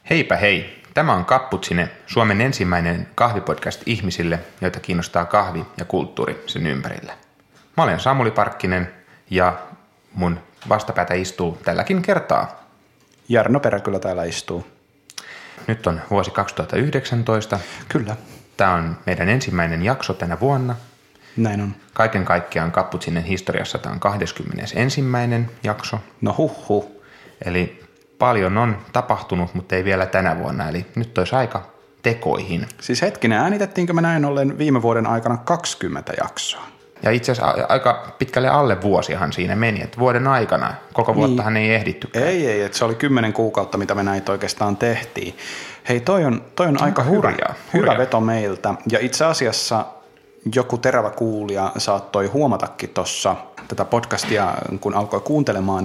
Heipä hei! Tämä on Cappuccine, Suomen ensimmäinen kahvipodcast ihmisille, joita kiinnostaa kahvi ja kulttuuri sen ympärillä. Mä olen Samuli Parkkinen ja mun vastapäätä istuu tälläkin kertaa Jarno Peräkylä täällä istuu. Nyt on vuosi 2019. Kyllä. Tämä on meidän ensimmäinen jakso tänä vuonna. Näin on. Kaiken kaikkiaan Cappuccinen historiassa tämä on 21. jakso. No huhhuh. Eli paljon on tapahtunut, mutta ei vielä tänä vuonna. Eli nyt olisi aika tekoihin. Siis hetkinen, äänitettiinkö me näin ollen viime vuoden aikana 20 jaksoa? Ja itse asiassa aika pitkälle alle vuosihan siinä meni, että vuoden aikana. Koko vuottahan ei ehditty. Ei, että se oli 10 kuukautta, mitä me näitä oikeastaan tehtiin. Hei, toi on aika hyvä veto meiltä. Ja itse asiassa joku terävä kuulija saattoi huomatakin tuossa tätä podcastia, kun alkoi kuuntelemaan,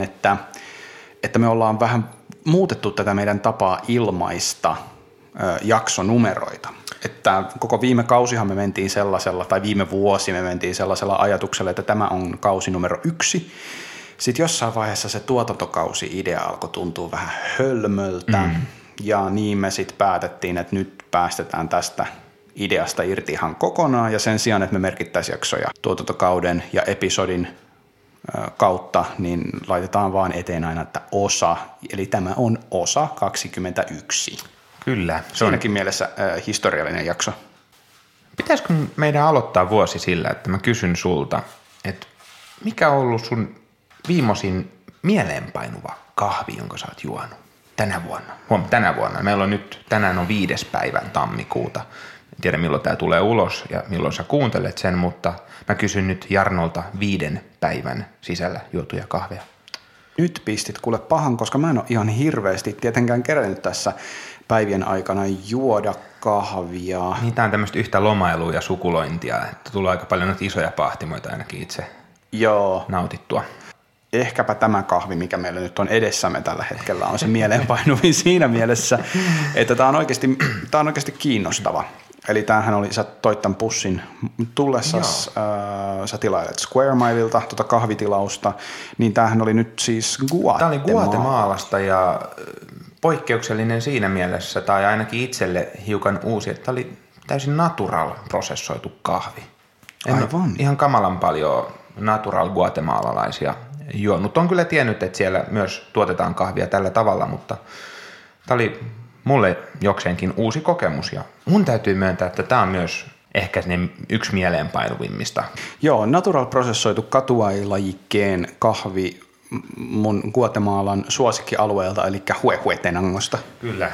että me ollaan vähän muutettu tätä meidän tapaa ilmaista jaksonumeroita. Että koko viime kausihan me mentiin sellaisella, tai viime vuosi me mentiin sellaisella ajatuksella, että tämä on kausi numero 1. Sitten jossain vaiheessa se tuotantokausi-idea alkoi tuntua vähän hölmöltä, ja niin me sitten päätettiin, että nyt päästetään tästä ideasta irti ihan kokonaan, ja sen sijaan, että me merkittäisiin jaksoja tuotantokauden ja episodin kautta, niin laitetaan vaan eteen aina, että osa, eli tämä on osa 21. Kyllä. Siinäkin mielessä historiallinen jakso. Pitäisikö meidän aloittaa vuosi sillä, että mä kysyn sulta, että mikä on ollut sun viimeisin mieleenpainuva kahvi, jonka sä oot juonut tänä vuonna? Tänä vuonna. Meillä on nyt, tänään on 5. päivä tammikuuta. En tiedä milloin tää tulee ulos ja milloin sä kuuntelet sen, mutta mä kysyn nyt Jarnolta 5 päivän sisällä juotuja kahveja. Nyt pistit kuule pahan, koska mä en ole ihan hirveästi tietenkään kerännyt tässä päivien aikana juoda kahvia. Niin, tää on tämmöistä yhtä lomailua ja sukulointia, että tulee aika paljon noita isoja pahtimoita ainakin itse nautittua. Ehkäpä tämä kahvi, mikä meillä nyt on edessämme tällä hetkellä, on se mieleenpainuvin siinä mielessä, että tämä on oikeasti kiinnostava. Eli tämähän oli, sä toit tämän pussin tullessa, sä tilailet Square Mileilta tuota kahvitilausta, niin tämähän oli nyt siis Guatemalasta. Tämä oli Guatemalasta ja poikkeuksellinen siinä mielessä, tai ainakin itselle hiukan uusi, että tämä oli täysin natural prosessoitu kahvi. Aivan. Ihan kamalan paljon natural guatemalalaisia juonut. On kyllä tiennyt, että siellä myös tuotetaan kahvia tällä tavalla, mutta tämä oli mulle jokseenkin uusi kokemus ja mun täytyy myöntää, että tämä on myös ehkä yksi mieleenpainuvimmista. Joo, natural prosessoitu katuailajikkeen kahvi mun Guatemalan suosikkialueelta, eli Huehuetenangosta. Kyllä,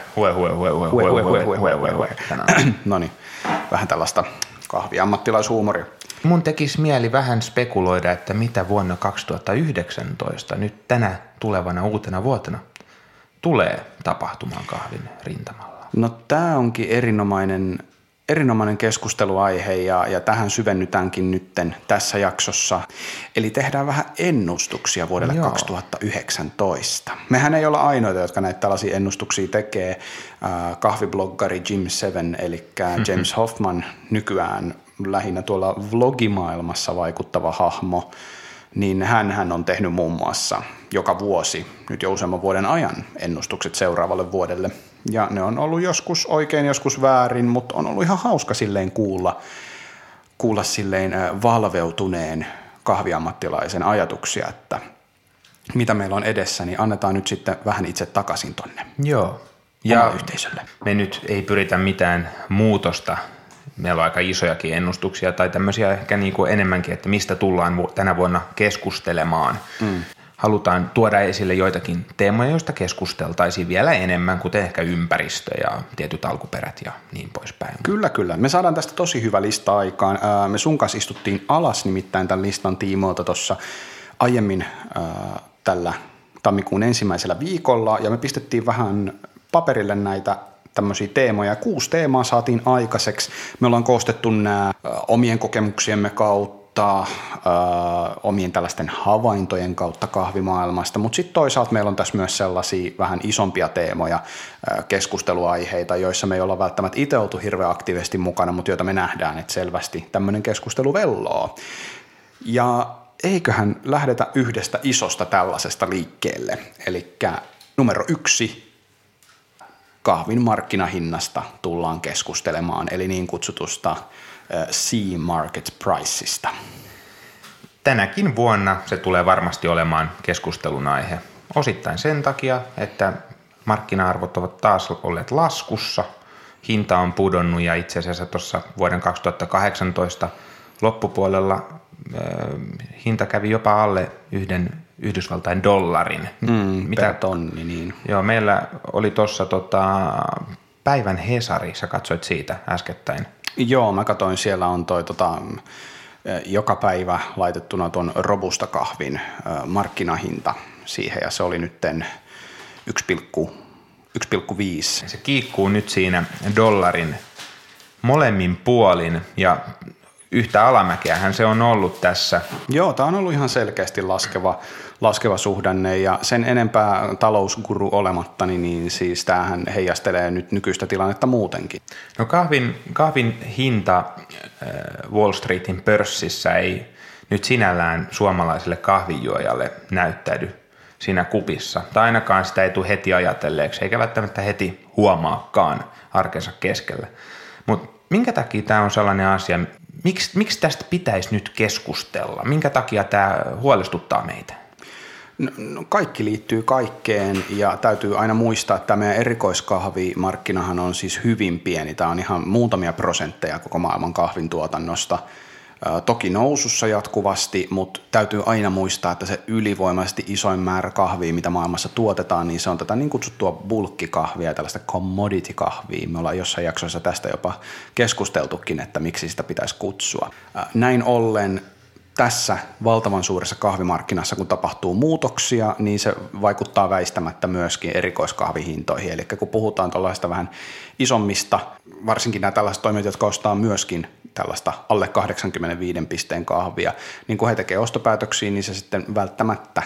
Noniin, vähän tällaista kahviammattilaishuumoria. Mun tekisi mieli vähän spekuloida, että mitä vuonna 2019, nyt tänä tulevana uutena vuotena, tulee tapahtumaan kahvin rintamalla. No tämä onkin erinomainen keskusteluaihe ja tähän syvennytäänkin nytten tässä jaksossa. Eli tehdään vähän ennustuksia vuodelle 2019. Mehän ei olla ainoita, jotka näitä tällaisia ennustuksia tekee. Kahvibloggari Jim Seven, eli James Hoffman, nykyään lähinnä tuolla vlogimaailmassa vaikuttava hahmo, niin hän on tehnyt muun muassa joka vuosi nyt jo useamman vuoden ajan ennustukset seuraavalle vuodelle. Ja ne on ollut joskus oikein, joskus väärin, mutta on ollut ihan hauska silleen kuulla silleen valveutuneen kahviammattilaisen ajatuksia, että mitä meillä on edessä, niin annetaan nyt sitten vähän itse takaisin tonne yhteisölle. Me nyt ei pyritä mitään muutosta. Meillä on aika isojakin ennustuksia tai tämmöisiä ehkä niin kuin enemmänkin, että mistä tullaan tänä vuonna keskustelemaan. Halutaan tuoda esille joitakin teemoja, joista keskusteltaisiin vielä enemmän, kuten ehkä ympäristö ja tietyt alkuperät ja niin poispäin. Kyllä. Me saadaan tästä tosi hyvä lista aikaan. Me sun kanssa istuttiin alas nimittäin tämän listan tiimoilta tuossa aiemmin tällä tammikuun 1. viikolla, ja me pistettiin vähän paperille näitä tämmöisiä teemoja. 6 teemaa saatiin aikaiseksi. Me ollaan koostettu nämä omien kokemuksiemme kautta, omien tällaisten havaintojen kautta kahvimaailmasta, mutta sitten toisaalta meillä on tässä myös sellaisia vähän isompia teemoja, keskusteluaiheita, joissa me ei olla välttämättä itse oltu hirveän aktiivisesti mukana, mutta joita me nähdään, että selvästi tämmöinen keskustelu velloo. Ja eiköhän lähdetä yhdestä isosta tällaisesta liikkeelle, eli numero 1, kahvin markkinahinnasta tullaan keskustelemaan, eli niin kutsutusta C-market priceista. Tänäkin vuonna se tulee varmasti olemaan keskustelun aihe. Osittain sen takia, että markkina-arvot ovat taas olleet laskussa, hinta on pudonnut ja itse asiassa tuossa vuoden 2018 loppupuolella hinta kävi jopa alle yhden Yhdysvaltain dollarin. Per tonni, niin. Joo, meillä oli tuossa päivän Hesari, sä katsoit siitä äskettäin. Joo, mä katsoin, siellä on joka päivä laitettuna tuon robusta kahvin markkinahinta siihen, ja se oli nytten 1,5. Se kiikkuu nyt siinä dollarin molemmin puolin, ja yhtä alamäkeähän se on ollut tässä. Joo, tämä on ollut ihan selkeästi laskeva suhdanne, ja sen enempää talousguru olematta, niin siis tämähän heijastelee nyt nykyistä tilannetta muutenkin. No kahvin hinta Wall Streetin pörssissä ei nyt sinällään suomalaiselle kahvinjuojalle näyttäydy siinä kupissa. Tai ainakaan sitä ei tule heti ajatelleeksi, eikä välttämättä heti huomaakaan arkensa keskellä. Mutta minkä takia tämä on sellainen asia, miksi tästä pitäisi nyt keskustella? Minkä takia tämä huolestuttaa meitä? No, kaikki liittyy kaikkeen, ja täytyy aina muistaa, että tämä meidän erikoiskahvimarkkinahan on siis hyvin pieni. Tämä on ihan muutamia prosentteja koko maailman kahvin tuotannosta. Toki nousussa jatkuvasti, mutta täytyy aina muistaa, että se ylivoimaisesti isoin määrä kahvia, mitä maailmassa tuotetaan, niin se on tätä niin kutsuttua bulkkikahvia, tällaista commodity-kahvia. Me ollaan jossain jaksoissa tästä jopa keskusteltukin, että miksi sitä pitäisi kutsua. Näin ollen tässä valtavan suuressa kahvimarkkinassa, kun tapahtuu muutoksia, niin se vaikuttaa väistämättä myöskin erikoiskahvihintoihin. Eli kun puhutaan tällaista vähän isommista, varsinkin nämä tällaiset toimijat, jotka ostaa myöskin tällaista alle 85 pisteen kahvia, niin kun he tekevät ostopäätöksiä, niin se sitten välttämättä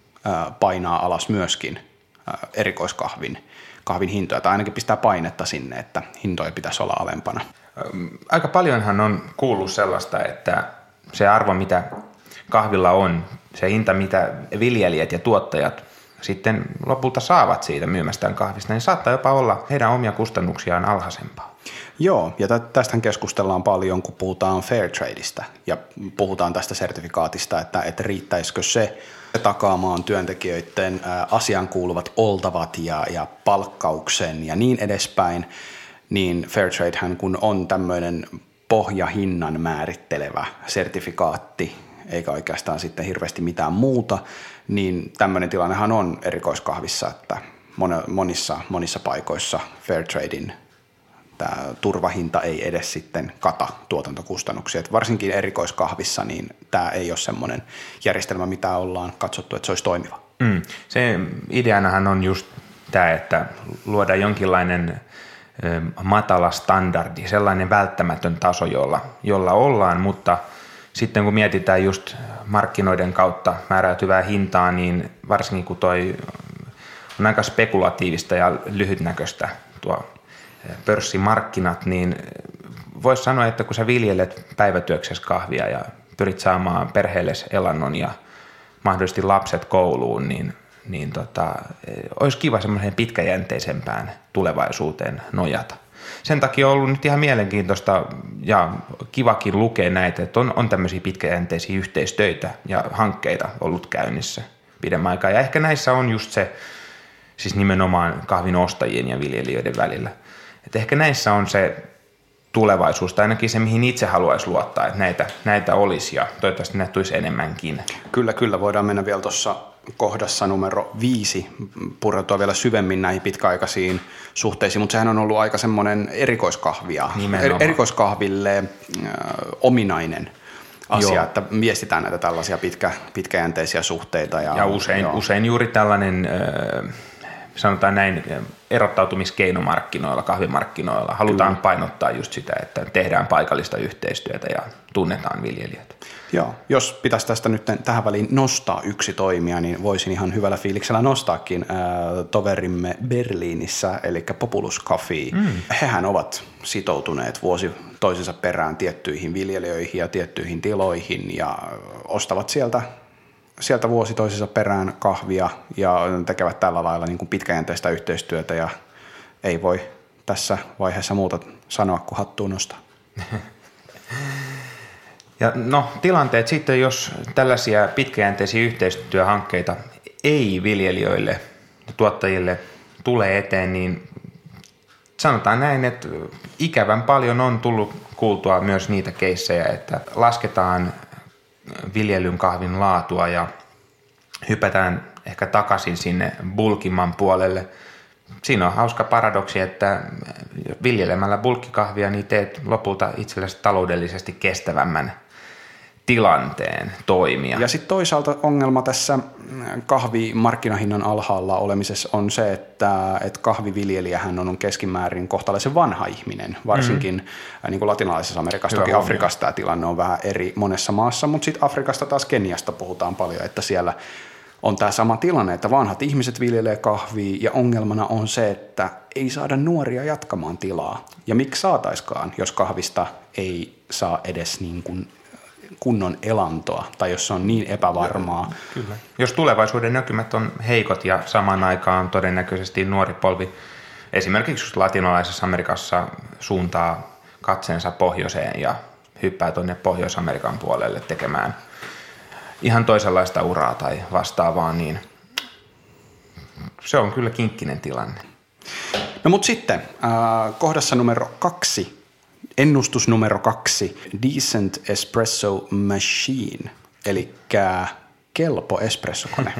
painaa alas myöskin erikoiskahvin hintoja, tai ainakin pistää painetta sinne, että hintoja pitäisi olla alempana. Aika paljonhan on kuullut sellaista, että se arvo, mitä kahvilla on, se hinta, mitä viljelijät ja tuottajat sitten lopulta saavat siitä myymästään kahvista, niin saattaa jopa olla heidän omia kustannuksiaan alhaisempaa. Joo, ja tästähän keskustellaan paljon, kun puhutaan fair tradeista ja puhutaan tästä sertifikaatista, että riittäisikö se takaamaan työntekijöiden asiaan kuuluvat oltavat ja palkkauksen ja niin edespäin, niin fair tradehän kun on tämmöinen pohjahinnan määrittelevä sertifikaatti, eikä oikeastaan sitten hirveästi mitään muuta, niin tämmöinen tilannehan on erikoiskahvissa, että monissa paikoissa fair tradein tämä turvahinta ei edes sitten kata tuotantokustannuksia. Et varsinkin erikoiskahvissa niin tämä ei ole semmoinen järjestelmä, mitä ollaan katsottu, että se olisi toimiva. Se ideanahan on just tämä, että luodaan jonkinlainen matala standardi, sellainen välttämätön taso, jolla ollaan, mutta sitten kun mietitään just markkinoiden kautta määräytyvää hintaa, niin varsinkin kun toi on aika spekulatiivista ja lyhytnäköistä tuo pörssimarkkinat, niin voisi sanoa, että kun sä viljelet päivätyöksessä kahvia ja pyrit saamaan perheellesi elannon ja mahdollisesti lapset kouluun, niin olisi kiva semmoiseen pitkäjänteisempään tulevaisuuteen nojata. Sen takia on ollut nyt ihan mielenkiintoista ja kivakin lukea näitä, että on tämmöisiä pitkäjänteisiä yhteistöitä ja hankkeita ollut käynnissä pidemmän aikaa. Ja ehkä näissä on just se, siis nimenomaan kahvin ostajien ja viljelijöiden välillä. Että ehkä näissä on se tulevaisuus, tai ainakin se, mihin itse haluaisi luottaa, että näitä olisi ja toivottavasti näitä tulisi enemmänkin. Kyllä, voidaan mennä vielä tuossa kohdassa numero 5, pureutua vielä syvemmin näihin pitkäaikaisiin suhteisiin, mutta sehän on ollut aika semmoinen erikoiskahville ominainen asia, Joo. Että viestitään näitä tällaisia pitkäjänteisiä suhteita. Ja usein juuri tällainen sanotaan näin, erottautumiskeino markkinoilla, kahvimarkkinoilla. Halutaan painottaa just sitä, että tehdään paikallista yhteistyötä ja tunnetaan viljelijät. Joo, jos pitäisi tästä nyt tähän väliin nostaa yksi toimija, niin voisin ihan hyvällä fiiliksellä nostaakin toverimme Berliinissä, eli Populus Coffee. Hehän ovat sitoutuneet vuosi toisensa perään tiettyihin viljelijöihin ja tiettyihin tiloihin ja ostavat sieltä vuosi toisensa perään kahvia ja tekevät tällä lailla niin kuin pitkäjänteistä yhteistyötä ja ei voi tässä vaiheessa muuta sanoa kuin hattuun nostaa. Ja no tilanteet sitten, jos tällaisia pitkäjänteisiä yhteistyöhankkeita ei viljelijöille ja tuottajille tulee eteen, niin sanotaan näin, että ikävän paljon on tullut kuultua myös niitä keissejä, että lasketaan viljelyn kahvin laatua ja hypätään ehkä takaisin sinne bulkimman puolelle. Siinä on hauska paradoksi, että viljelemällä bulkkikahvia niin teet lopulta itsellesi taloudellisesti kestävämmän tilanteen toimia. Ja sitten toisaalta ongelma tässä kahvimarkkinahinnan alhaalla olemisessa on se, että kahviviljelijähän on keskimäärin kohtalaisen vanha ihminen, varsinkin niin kuin latinalaisessa Amerikassa. Toki Afrikassa tämä tilanne on vähän eri monessa maassa, mutta sitten Afrikasta taas Keniasta puhutaan paljon, että siellä on tämä sama tilanne, että vanhat ihmiset viljelee kahvia ja ongelmana on se, että ei saada nuoria jatkamaan tilaa. Ja miksi saataiskaan, jos kahvista ei saa edes niin kuin kunnon elantoa tai jos se on niin epävarmaa. Kyllä. Jos tulevaisuuden näkymät on heikot ja samaan aikaan todennäköisesti nuori polvi esimerkiksi latinalaisessa Amerikassa suuntaa katseensa pohjoiseen ja hyppää tuonne Pohjois-Amerikan puolelle tekemään ihan toisenlaista uraa tai vastaavaa, niin se on kyllä kinkkinen tilanne. No mutta sitten kohdassa numero 2, ennustus numero 2, Decent Espresso Machine, eli kelpo espressokone.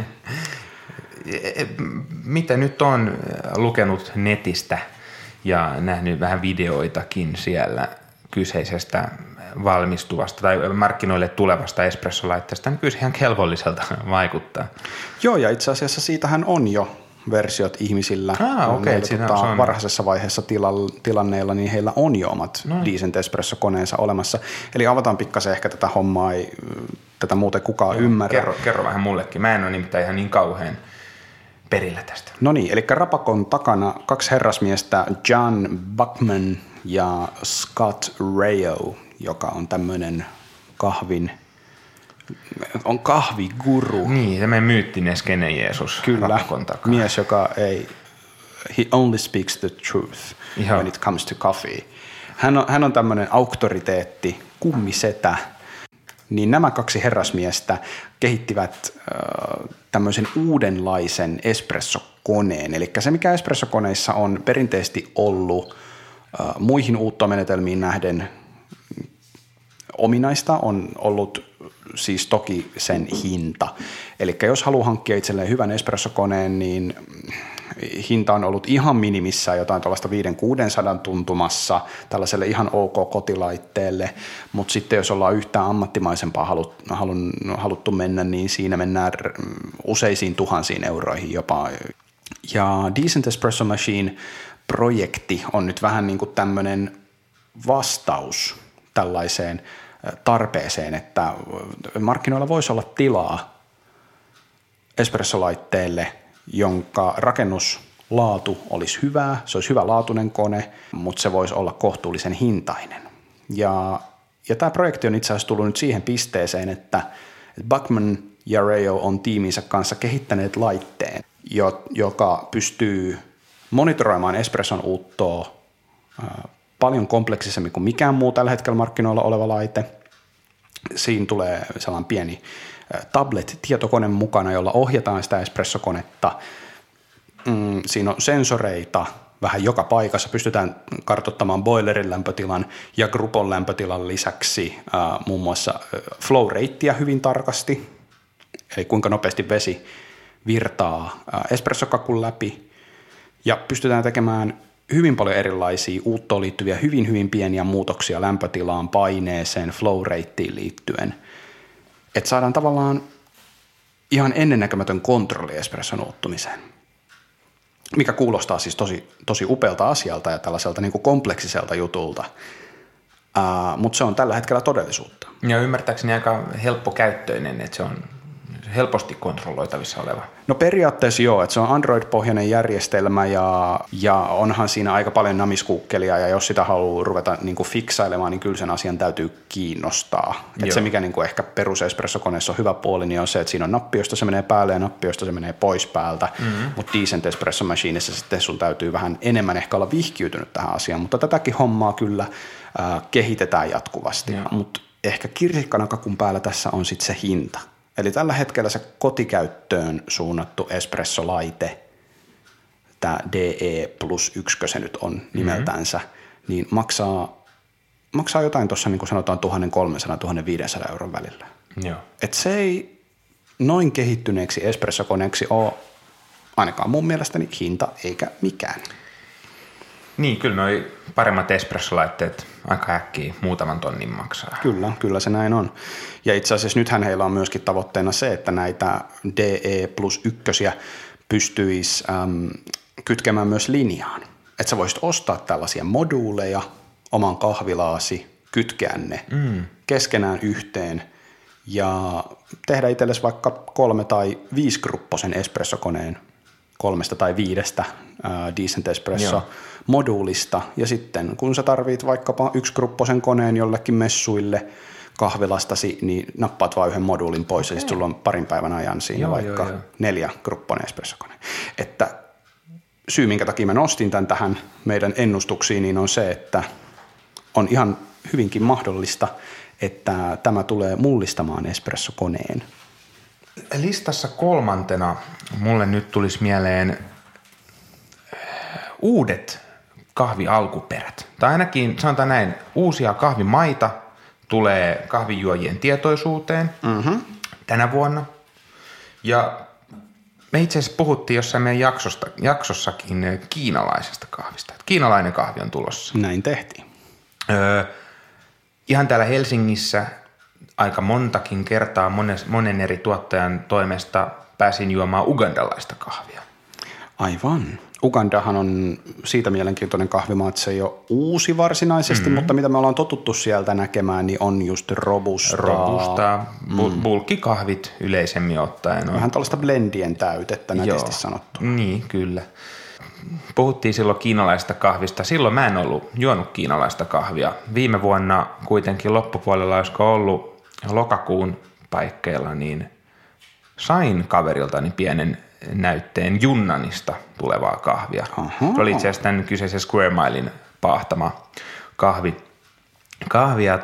Mitä nyt on lukenut netistä ja nähnyt vähän videoitakin siellä kyseisestä valmistuvasta tai markkinoille tulevasta espressolaitteesta, niin kyllä se ihan kelvolliselta vaikuttaa. Joo, ja itse asiassa siitähän on jo versiot ihmisillä. Varhaisessa vaiheessa tilanneilla, niin heillä on jo omat Decent Espresso-koneensa olemassa. Eli avataan pikkasen ehkä tätä hommaa, ei tätä muuten kukaan ymmärrä. Kerro vähän mullekin. Mä en ole nimittäin ihan niin kauhean perillä tästä. No niin, eli rapakon takana 2 herrasmiestä, John Buckman ja Scott Rayo, joka on tämmöinen kahviguru. Niin, tämmöinen myyttinen skene Jeesus. Kyllä, mies, joka ei, he only speaks the truth when it comes to coffee. Hän on tämmöinen auktoriteetti, kummisetä. Niin nämä 2 herrasmiestä kehittivät tämmöisen uudenlaisen espressokoneen. Eli se, mikä espressokoneissa on perinteisesti ollut muihin uuttomenetelmiin nähden ominaista, on ollut siis toki sen hinta. Eli jos haluaa hankkia itselleen hyvän espressokoneen, niin hinta on ollut ihan minimissään jotain tuollaista 500-600 tuntumassa tällaiselle ihan ok kotilaitteelle, mutta sitten jos ollaan yhtään ammattimaisempaa haluttu mennä, niin siinä mennään useisiin tuhansiin euroihin jopa. Ja Decent Espresso Machine-projekti on nyt vähän niin kuin tämmöinen vastaus tällaiseen tarpeeseen, että markkinoilla voisi olla tilaa espressolaitteelle, jonka rakennuslaatu olisi hyvää, se olisi hyvälaatuinen kone, mutta se voisi olla kohtuullisen hintainen. Ja tämä projekti on itse asiassa tullut nyt siihen pisteeseen, että Buckman ja Rayo on tiiminsä kanssa kehittäneet laitteen, joka pystyy monitoroimaan espresson uuttoa paljon kompleksisemmin kuin mikään muu tällä hetkellä markkinoilla oleva laite. Siinä tulee sellainen pieni tablet-tietokone mukana, jolla ohjataan sitä espressokonetta. Siinä on sensoreita vähän joka paikassa. Pystytään kartoittamaan boilerin lämpötilan ja grupon lämpötilan lisäksi muun muassa flow ratea hyvin tarkasti, eli kuinka nopeasti vesi virtaa espressokakun läpi. Ja pystytään tekemään hyvin paljon erilaisia uuttoon liittyviä hyvin pieniä muutoksia lämpötilaan, paineeseen, flow rateen liittyen. Että saadaan tavallaan ihan ennennäkemätön kontrolli espresson uuttumiseen, mikä kuulostaa siis tosi upealta asialta ja tällaiselta niin kuin kompleksiselta jutulta, mutta se on tällä hetkellä todellisuutta. Ja ymmärtääkseni aika helppokäyttöinen, että se helposti kontrolloitavissa oleva? No periaatteessa joo, että se on Android-pohjainen järjestelmä ja onhan siinä aika paljon namiskuukkelia ja jos sitä haluaa ruveta niin kuin fiksailemaan, niin kyllä sen asian täytyy kiinnostaa. Että se mikä niin kuin ehkä perus Espresso-koneessa on hyvä puoli, niin on se, että siinä on nappi, josta se menee päälle ja nappi, josta se menee pois päältä, mutta Decent Espresso Machineissa sitten sun täytyy vähän enemmän ehkä olla vihkiytynyt tähän asiaan, mutta tätäkin hommaa kyllä kehitetään jatkuvasti, mutta ehkä kirsikkana kakun päällä tässä on sitten se hinta. Eli tällä hetkellä se kotikäyttöön suunnattu espresso-laite, tämä DE+1 se nyt on nimeltänsä, niin maksaa jotain tuossa niin kuin sanotaan 1 300–1 500 € välillä. Joo. Et se ei noin kehittyneeksi espressokoneeksi ole ainakaan mun mielestäni hinta eikä mikään. Niin, kyllä noi paremmat espressolaitteet aika äkkiä muutaman tonnin maksaa. Kyllä se näin on. Ja itse asiassa nythän heillä on myöskin tavoitteena se, että näitä DE+1 pystyisi kytkemään myös linjaan. Että sä voisit ostaa tällaisia moduuleja, oman kahvilaasi, kytkeä ne keskenään yhteen ja tehdä itsellesi vaikka 3 tai 5 grupposen espressokoneen 3 tai 5 Decent Espresso moduulista ja sitten kun sä tarvit vaikkapa 1 grupposen koneen jollekin messuille kahvilastasi, niin nappaat vaan yhden moduulin pois ja sitten sulla on parin päivän ajan siinä vaikka 4 grupponen espressokone. Että syy minkä takia mä nostin tämän tähän meidän ennustuksiin, niin on se, että on ihan hyvinkin mahdollista, että tämä tulee mullistamaan espressokoneen. Listassa 3. mulle nyt tulisi mieleen uudet kahvialkuperät. Tai ainakin sanotaan näin, uusia kahvimaita tulee kahvijuojien tietoisuuteen tänä vuonna. Ja me itse asiassa puhuttiin jossain meidän jaksossakin kiinalaisesta kahvista. Kiinalainen kahvi on tulossa. Näin tehtiin. Ihan täällä Helsingissä aika montakin kertaa monen eri tuottajan toimesta pääsin juomaan ugandalaista kahvia. Aivan. Ugandahan on siitä mielenkiintoinen kahvimaa, että se ei ole uusi varsinaisesti, mutta mitä me ollaan totuttu sieltä näkemään, niin on just robustaa. Bulkkikahvit yleisemmin ottaen. Vähän tällaista blendien täytettä nätisti sanottu. Niin, kyllä. Puhuttiin silloin kiinalaisesta kahvista. Silloin mä en ollut juonut kiinalaista kahvia. Viime vuonna kuitenkin loppupuolella, olisiko ollut lokakuun paikkeilla, niin sain kaveriltani pienen näytteen Junnanista tulevaa kahvia. Se oli itse asiassa tämän kyseisen Square Milein paahtama kahvia.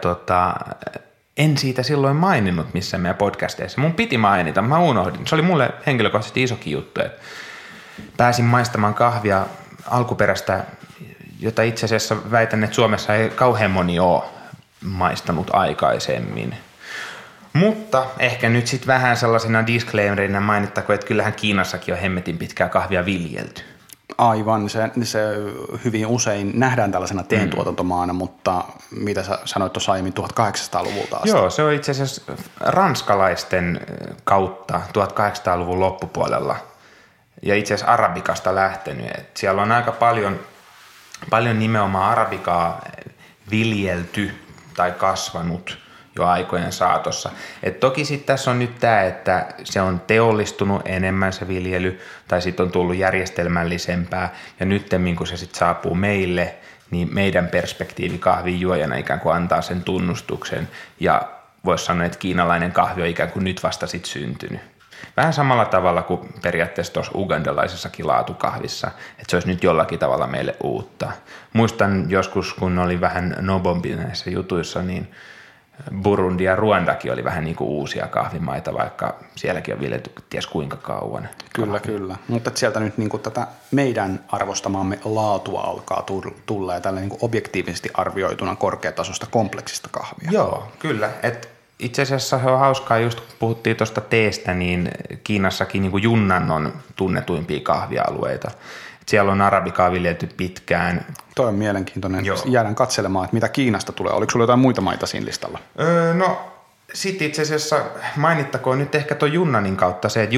En siitä silloin maininnut missään meidän podcasteissa. Mun piti mainita, mä unohdin. Se oli mulle henkilökohtaisesti isokin juttu, että pääsin maistamaan kahvia alkuperäistä, jota itse asiassa väitän, että Suomessa ei kauhean moni ole maistanut aikaisemmin. Mutta ehkä nyt sitten vähän sellaisena disclaimerina mainittakoon, että kyllähän Kiinassakin on hemmetin pitkää kahvia viljelty. Aivan, se hyvin usein nähdään tällaisena teentuotantomaana, mutta mitä sä sanoit tuossa aiemmin 1800-luvulta asti? Joo, se on itse asiassa ranskalaisten kautta 1800-luvun loppupuolella ja itse asiassa arabikasta lähtenyt. Et siellä on aika paljon nimenomaan arabikaa viljelty tai kasvanut jo aikojen saatossa. Et toki sitten tässä on nyt tämä, että se on teollistunut enemmän se viljely tai sitten on tullut järjestelmällisempää ja nyt kun se sitten saapuu meille, niin meidän perspektiivi kahvin juojana ikään kuin antaa sen tunnustuksen ja voisi sanoa, että kiinalainen kahvi on ikään kuin nyt vasta sitten syntynyt. Vähän samalla tavalla kuin periaatteessa tuossa ugandalaisessakin laatukahvissa, että se olisi nyt jollakin tavalla meille uutta. Muistan joskus, kun oli vähän nobompi näissä jutuissa, niin Burundi ja Ruandakin oli vähän niin kuin uusia kahvimaita, vaikka sielläkin on viljelty ties kuinka kauan. Kyllä. Mutta sieltä nyt niin kuin tätä meidän arvostamaamme laatua alkaa tulla ja tällä niin kuin objektiivisesti arvioituna korkeatasosta kompleksista kahvia. Joo, kyllä. Itse asiassa se on hauskaa, just kun puhuttiin tuosta teestä, niin Kiinassakin niin kuin Yunnan on tunnetuimpia kahvialueita. Siellä on arabikaa viljelty pitkään. Toi on mielenkiintoinen. Joo. Jäädään katselemaan, että mitä Kiinasta tulee. Oliko sulla jotain muita maita siinä listalla? No sitten itse asiassa mainittakoon nyt ehkä tuon Yunnanin kautta se, että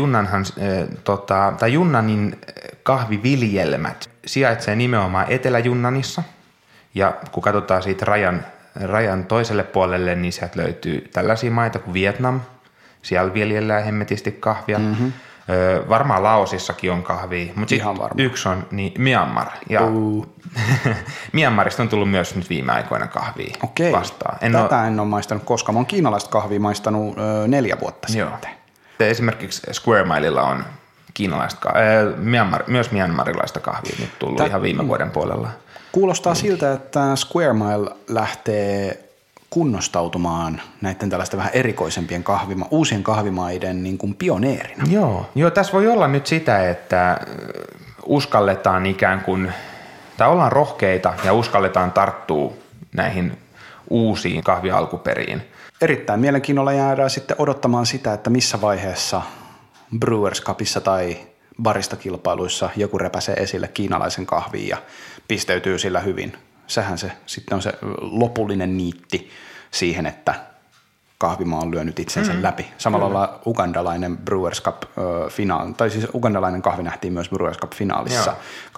Yunnanin kahviviljelmät sijaitsee nimenomaan Etelä-Junnanissa. Ja kun katsotaan siitä rajan toiselle puolelle, niin sieltä löytyy tällaisia maita kuin Vietnam Siellä viljellään hemmetisti kahvia. Varmaan Laosissakin on kahvia, mutta yksi on Myanmar. Ja Myanmarista on tullut myös nyt viime aikoina kahvia vastaan. En ole maistanut koskaan. Mä oon kiinalaista kahvia maistanut 4 vuotta sitten. Esimerkiksi Square Milella on kiinalaista, myös myanmarilaista kahvia nyt tullut ihan viime vuoden puolella. Kuulostaa siltä, että Square Mile lähtee kunnostautumaan näiden tällaisten vähän erikoisempien uusien kahvimaiden niin kuin pioneerina. Joo, tässä voi olla nyt sitä, että uskalletaan ikään kuin, tai ollaan rohkeita ja uskalletaan tarttua näihin uusiin kahvialkuperiin. Erittäin mielenkiinnolla jäädään sitten odottamaan sitä, että missä vaiheessa Brewers Cupissa tai baristakilpailuissa joku repäsee esille kiinalaisen kahvin ja pisteytyy sillä hyvin. Sehän se sitten on se lopullinen niitti siihen, että kahvimaa on lyönyt itsensä läpi. Samalla lailla ugandalainen Brewers Cup finaali, tai siis ugandalainen kahvi nähtiin myös Brewers Cup finaalissa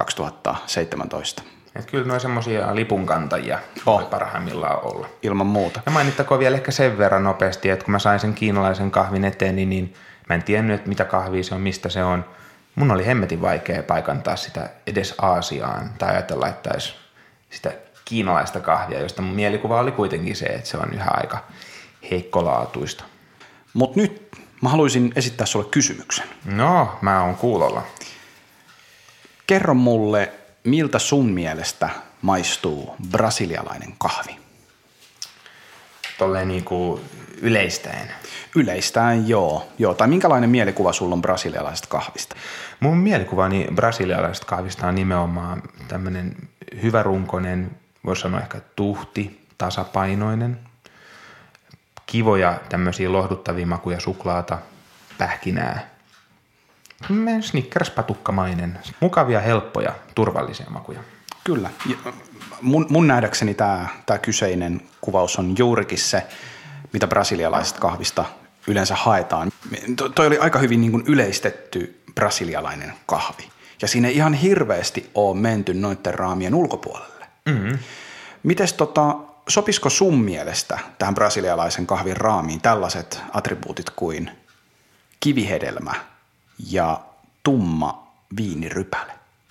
2017. Että kyllä nuo semmoisia lipunkantajia voi parhaimmillaan olla. Ilman muuta. Ja mainittakoon vielä ehkä sen verran nopeasti, että kun mä sain sen kiinalaisen kahvin eteen, niin mä en tiennyt, että mitä kahvia se on, mistä se on. Mun oli hemmetin vaikea paikantaa sitä edes Aasiaan tai ajatella, että olisi sitä kiinalaista kahvia, josta mun mielikuva oli kuitenkin se, että se on yhä aika heikkolaatuista. Mutta nyt mä haluaisin esittää sulle kysymyksen. No, mä oon kuulolla. Kerro mulle, miltä sun mielestä maistuu brasilialainen kahvi? Tolleen niinku yleistäen. Yleistäen, joo. Tai minkälainen mielikuva sulla on brasilialaisesta kahvista? Mun mielikuvani brasilialaisesta kahvista on nimenomaan tämmöinen hyvärunkoinen, voisi sanoa ehkä tuhti, tasapainoinen, kivoja tämmöisiä lohduttavia makuja, suklaata, pähkinää, Snickers-patukkamainen, mukavia, helppoja, turvallisia makuja. Kyllä. Mun nähdäkseni tämä kyseinen kuvaus on juurikin se, mitä brasilialaisesta kahvista yleensä haetaan. Toi oli aika hyvin niin kuin yleistetty brasilialainen kahvi. Ja siinä ei ihan hirveästi ole menty noiden raamien ulkopuolelle. Mites sopisiko sun mielestä tähän brasilialaisen kahvin raamiin tällaiset attribuutit kuin kivihedelmä ja tumma viinirypäle?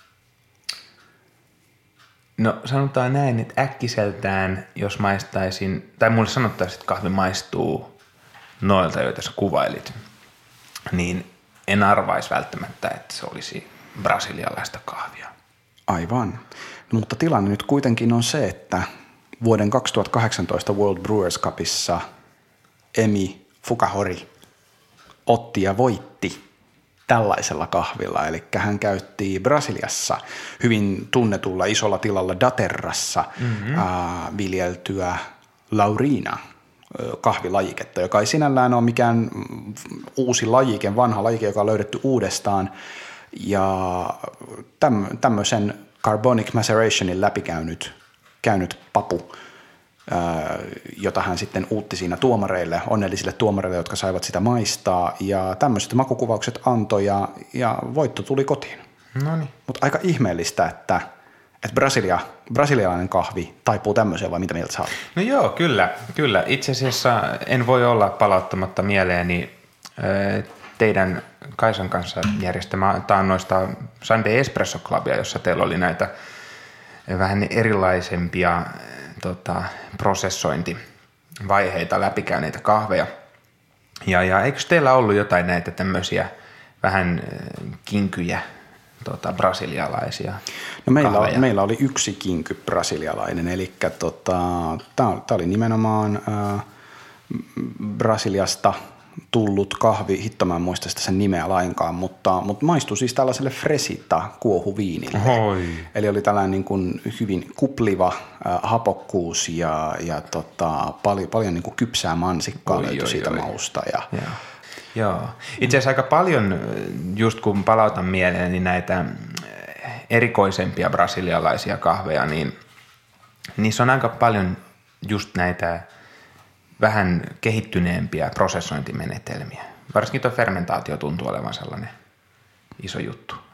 No sanotaan näin, että äkkiseltään, jos maistaisin, tai mulle sanottaisiin, että kahvi maistuu noilta, joita sä kuvailit, niin en arvaisi välttämättä, että se olisi brasilialaista kahvia. Aivan. No, mutta tilanne nyt kuitenkin on se, että vuoden 2018 World Brewers Cupissa Emi Fukuhori otti ja voitti tällaisella kahvilla. Eli hän käytti Brasiliassa hyvin tunnetulla isolla tilalla Daterrassa viljeltyä Laurina kahvilajiketta, joka ei sinällään ole mikään uusi lajike, vanha lajike, joka on löydetty uudestaan. Ja tämmöisen carbonic macerationin läpikäynyt papu, jota hän sitten uutti siinä onnellisille tuomareille, jotka saivat sitä maistaa. Ja tämmöiset makukuvaukset antoi ja voitto tuli kotiin. Noniin. Mutta aika ihmeellistä, että brasilialainen kahvi taipuu tämmöiseen, vai mitä mieltä sä oot? No joo, kyllä. Itse asiassa en voi olla palauttamatta mieleeni teidän Kaisan kanssa järjestämä taannoista Sunday Espresso Clubia, jossa teillä oli näitä vähän erilaisempia prosessointivaiheita läpikäyneitä kahveja. Ja eikö teillä ollut jotain näitä tämmöisiä vähän kinkyjä brasilialaisia kahveja? Meillä oli yksi kinky brasilialainen, eli tämä oli nimenomaan Brasiliasta tullut kahvi, hitto mä en muista sitä sen nimeä lainkaan, mutta maistui siis tällaiselle Fresita-kuohuviinille. Eli oli tällainen niin kuin hyvin kupliva hapokkuus ja paljon niin kuin kypsää mansikkaa löytyi siitä mausta. Joo. Itse asiassa aika paljon, just kun palautan mieleen, niin näitä erikoisempia brasilialaisia kahveja, niin niissä on aika paljon just näitä vähän kehittyneempiä prosessointimenetelmiä. Varsinkin tuo fermentaatio tuntuu olevan sellainen iso juttu.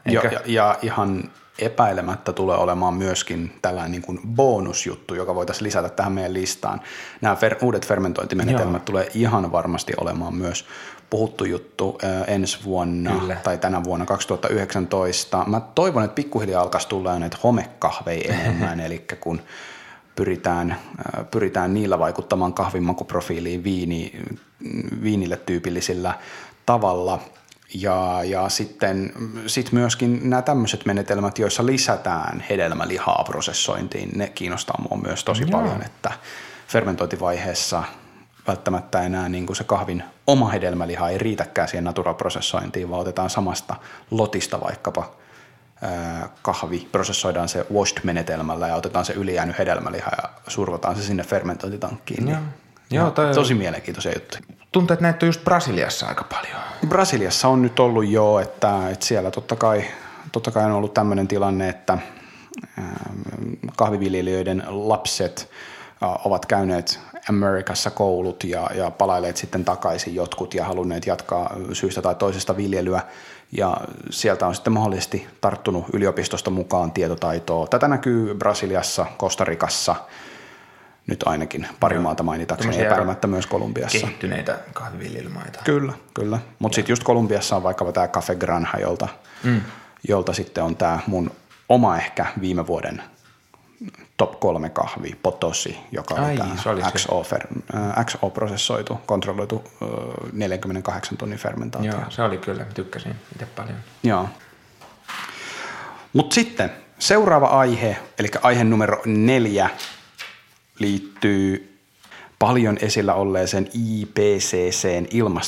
Ja ihan epäilemättä tulee olemaan myöskin tällainen niin kuin bonusjuttu, joka voitaisiin lisätä tähän meidän listaan. Nämä uudet fermentointimenetelmät tulee ihan varmasti olemaan myös puhuttu juttu ensi vuonna tai tänä vuonna 2019. Mä toivon, että pikkuhiljaa alkaisi tulla näitä homekahveja enemmän, eli kun pyritään niillä vaikuttamaan kahvinmakuprofiiliin viinille tyypillisillä tavalla. Ja sitten myöskin nämä tämmöiset menetelmät, joissa lisätään hedelmälihaa prosessointiin, ne kiinnostaa mua myös tosi paljon, että fermentointivaiheessa välttämättä enää niin kuin se kahvin oma hedelmäliha ei riitäkään siihen natural-prosessointiin, vaan otetaan samasta lotista vaikkapa kahvi, prosessoidaan se washed-menetelmällä ja otetaan se ylijäänyt hedelmäliha ja survotaan se sinne fermentointitankkiin. Tosi mielenkiintoisia juttuja. Tuntuu, että näitä on just Brasiliassa aika paljon. Brasiliassa on nyt ollut että siellä totta kai on ollut tämmöinen tilanne, että kahviviljelijöiden lapset ovat käyneet Amerikassa koulut ja palailleet sitten takaisin jotkut ja halunneet jatkaa syystä tai toisesta viljelyä. Ja sieltä on sitten mahdollisesti tarttunut yliopistosta mukaan tietotaitoa. Tätä näkyy Brasiliassa, Costa Ricassa, nyt ainakin pari maata mainitakseni, epäilemättä myös Kolumbiassa. Kehittyneitä kahviviljelymaita. Kyllä. Mutta sitten just Kolumbiassa on vaikka tämä Café Granja, jolta sitten on tämä mun oma ehkä viime vuoden top 3 kahvi, Potosi, joka oli tämä XO-prosessoitu, kontrolloitu 48 tunnin fermentaatio. Joo, se oli kyllä, tykkäsin itse paljon. Joo. Mutta sitten seuraava aihe, eli aihe numero 4, liittyy paljon esillä olleeseen IPCC:n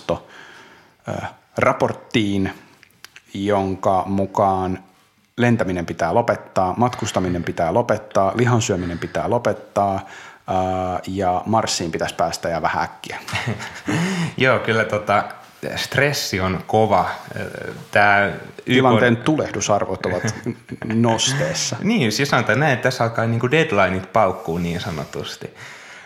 ilmastoraporttiin, jonka mukaan lentäminen pitää lopettaa, matkustaminen pitää lopettaa, lihansyöminen pitää lopettaa ja Marsiin pitäisi päästä ja vähän äkkiä. Joo, kyllä stressi on kova. Tilanteen tulehdusarvot ovat nosteessa. Niin, siis sanotaan näin, että tässä alkaa niinku deadlineit paukkuu niin sanotusti.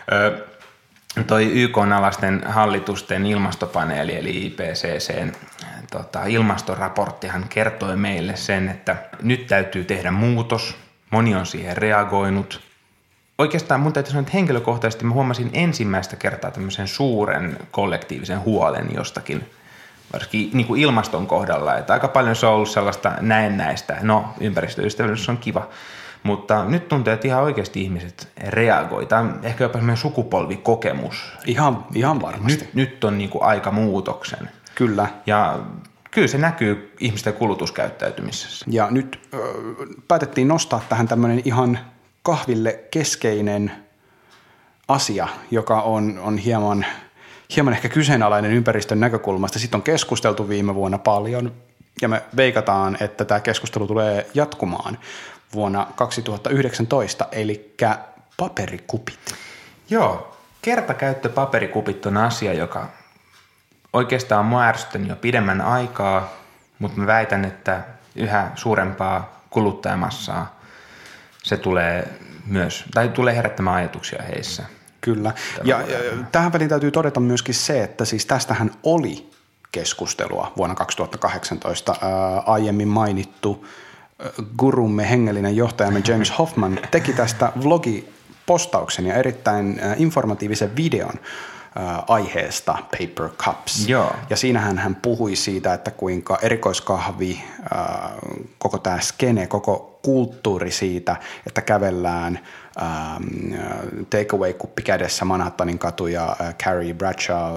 Toi YK-alaisten hallitusten ilmastopaneeli eli IPCC:n ilmastoraporttihan kertoi meille sen, että nyt täytyy tehdä muutos. Moni on siihen reagoinut. Oikeastaan mun täytyy sanoa, että henkilökohtaisesti mä huomasin ensimmäistä kertaa tämmöisen suuren kollektiivisen huolen jostakin, varsinkin niin kuin ilmaston kohdalla. Että aika paljon se on ollut sellaista näennäistä. No, ympäristöystävällisyys on kiva. Mutta nyt tuntuu, että ihan oikeasti ihmiset reagoi. Tämä on ehkä jopa semmoinen sukupolvikokemus. Ihan varmasti. Nyt on niin kuin aika muutoksen. Kyllä. Ja kyllä se näkyy ihmisten kulutuskäyttäytymisessä. Ja nyt päätettiin nostaa tähän tämmöinen ihan kahville keskeinen asia, joka on hieman ehkä kyseenalainen ympäristön näkökulmasta. Sitten on keskusteltu viime vuonna paljon ja me veikataan, että tämä keskustelu tulee jatkumaan vuonna 2019, eli paperikupit. Joo, kertakäyttöpaperikupit on asia, joka oikeastaan on mua ärsyttänyt jo pidemmän aikaa, mutta mä väitän, että yhä suurempaa kuluttajamassaa se tulee myös, tai tulee herättämään ajatuksia heissä. Kyllä, ja tähän väliin täytyy todeta myöskin se, että siis tästähän oli keskustelua vuonna 2018 aiemmin mainittu gurumme, hengellinen johtajamme James Hoffman teki tästä vlogipostauksen ja erittäin informatiivisen videon aiheesta Paper Cups. Joo. Ja siinähän hän puhui siitä, että kuinka erikoiskahvi, koko tämä skene, koko kulttuuri siitä, että kävellään takeaway-kuppi kädessä Manhattanin katu ja Carrie Bradshaw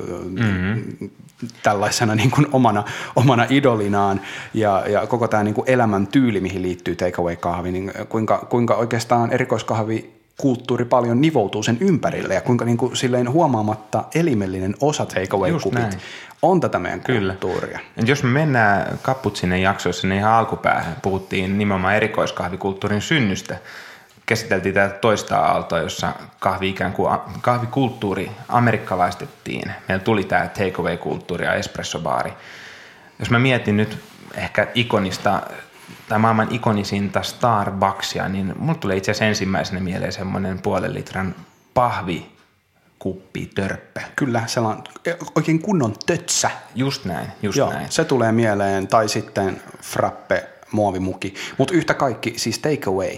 tällaisena niin kuin omana idolinaan ja koko tämä niin kuin elämäntyyli, mihin liittyy takeaway-kahvi, niin kuinka oikeastaan erikoiskahvi kulttuuri paljon nivoutuu sen ympärille ja kuinka niin kuin silleen huomaamatta elimellinen osa takeaway-kupit on tätä meidän kulttuuria. Jos me mennään Cappuccinen jaksoissa, niin ihan alkupäähän puhuttiin nimenomaan erikoiskahvikulttuurin synnystä. Käsiteltiin tätä toista aaltoa, jossa kahvikulttuuri amerikkalaistettiin. Meillä tuli tämä takeaway-kulttuuri ja espressobaari. Jos mä mietin nyt ehkä ikonista tai maailman ikonisinta Starbucksia, niin mulle tulee itse asiassa ensimmäisenä mieleen semmoinen 0,5 litran pahvi kuppi, törppö. Kyllä, sellainen oikein kunnon tötsä. Just näin. Se tulee mieleen, tai sitten frappe, muovimuki, mutta yhtä kaikki, siis take away.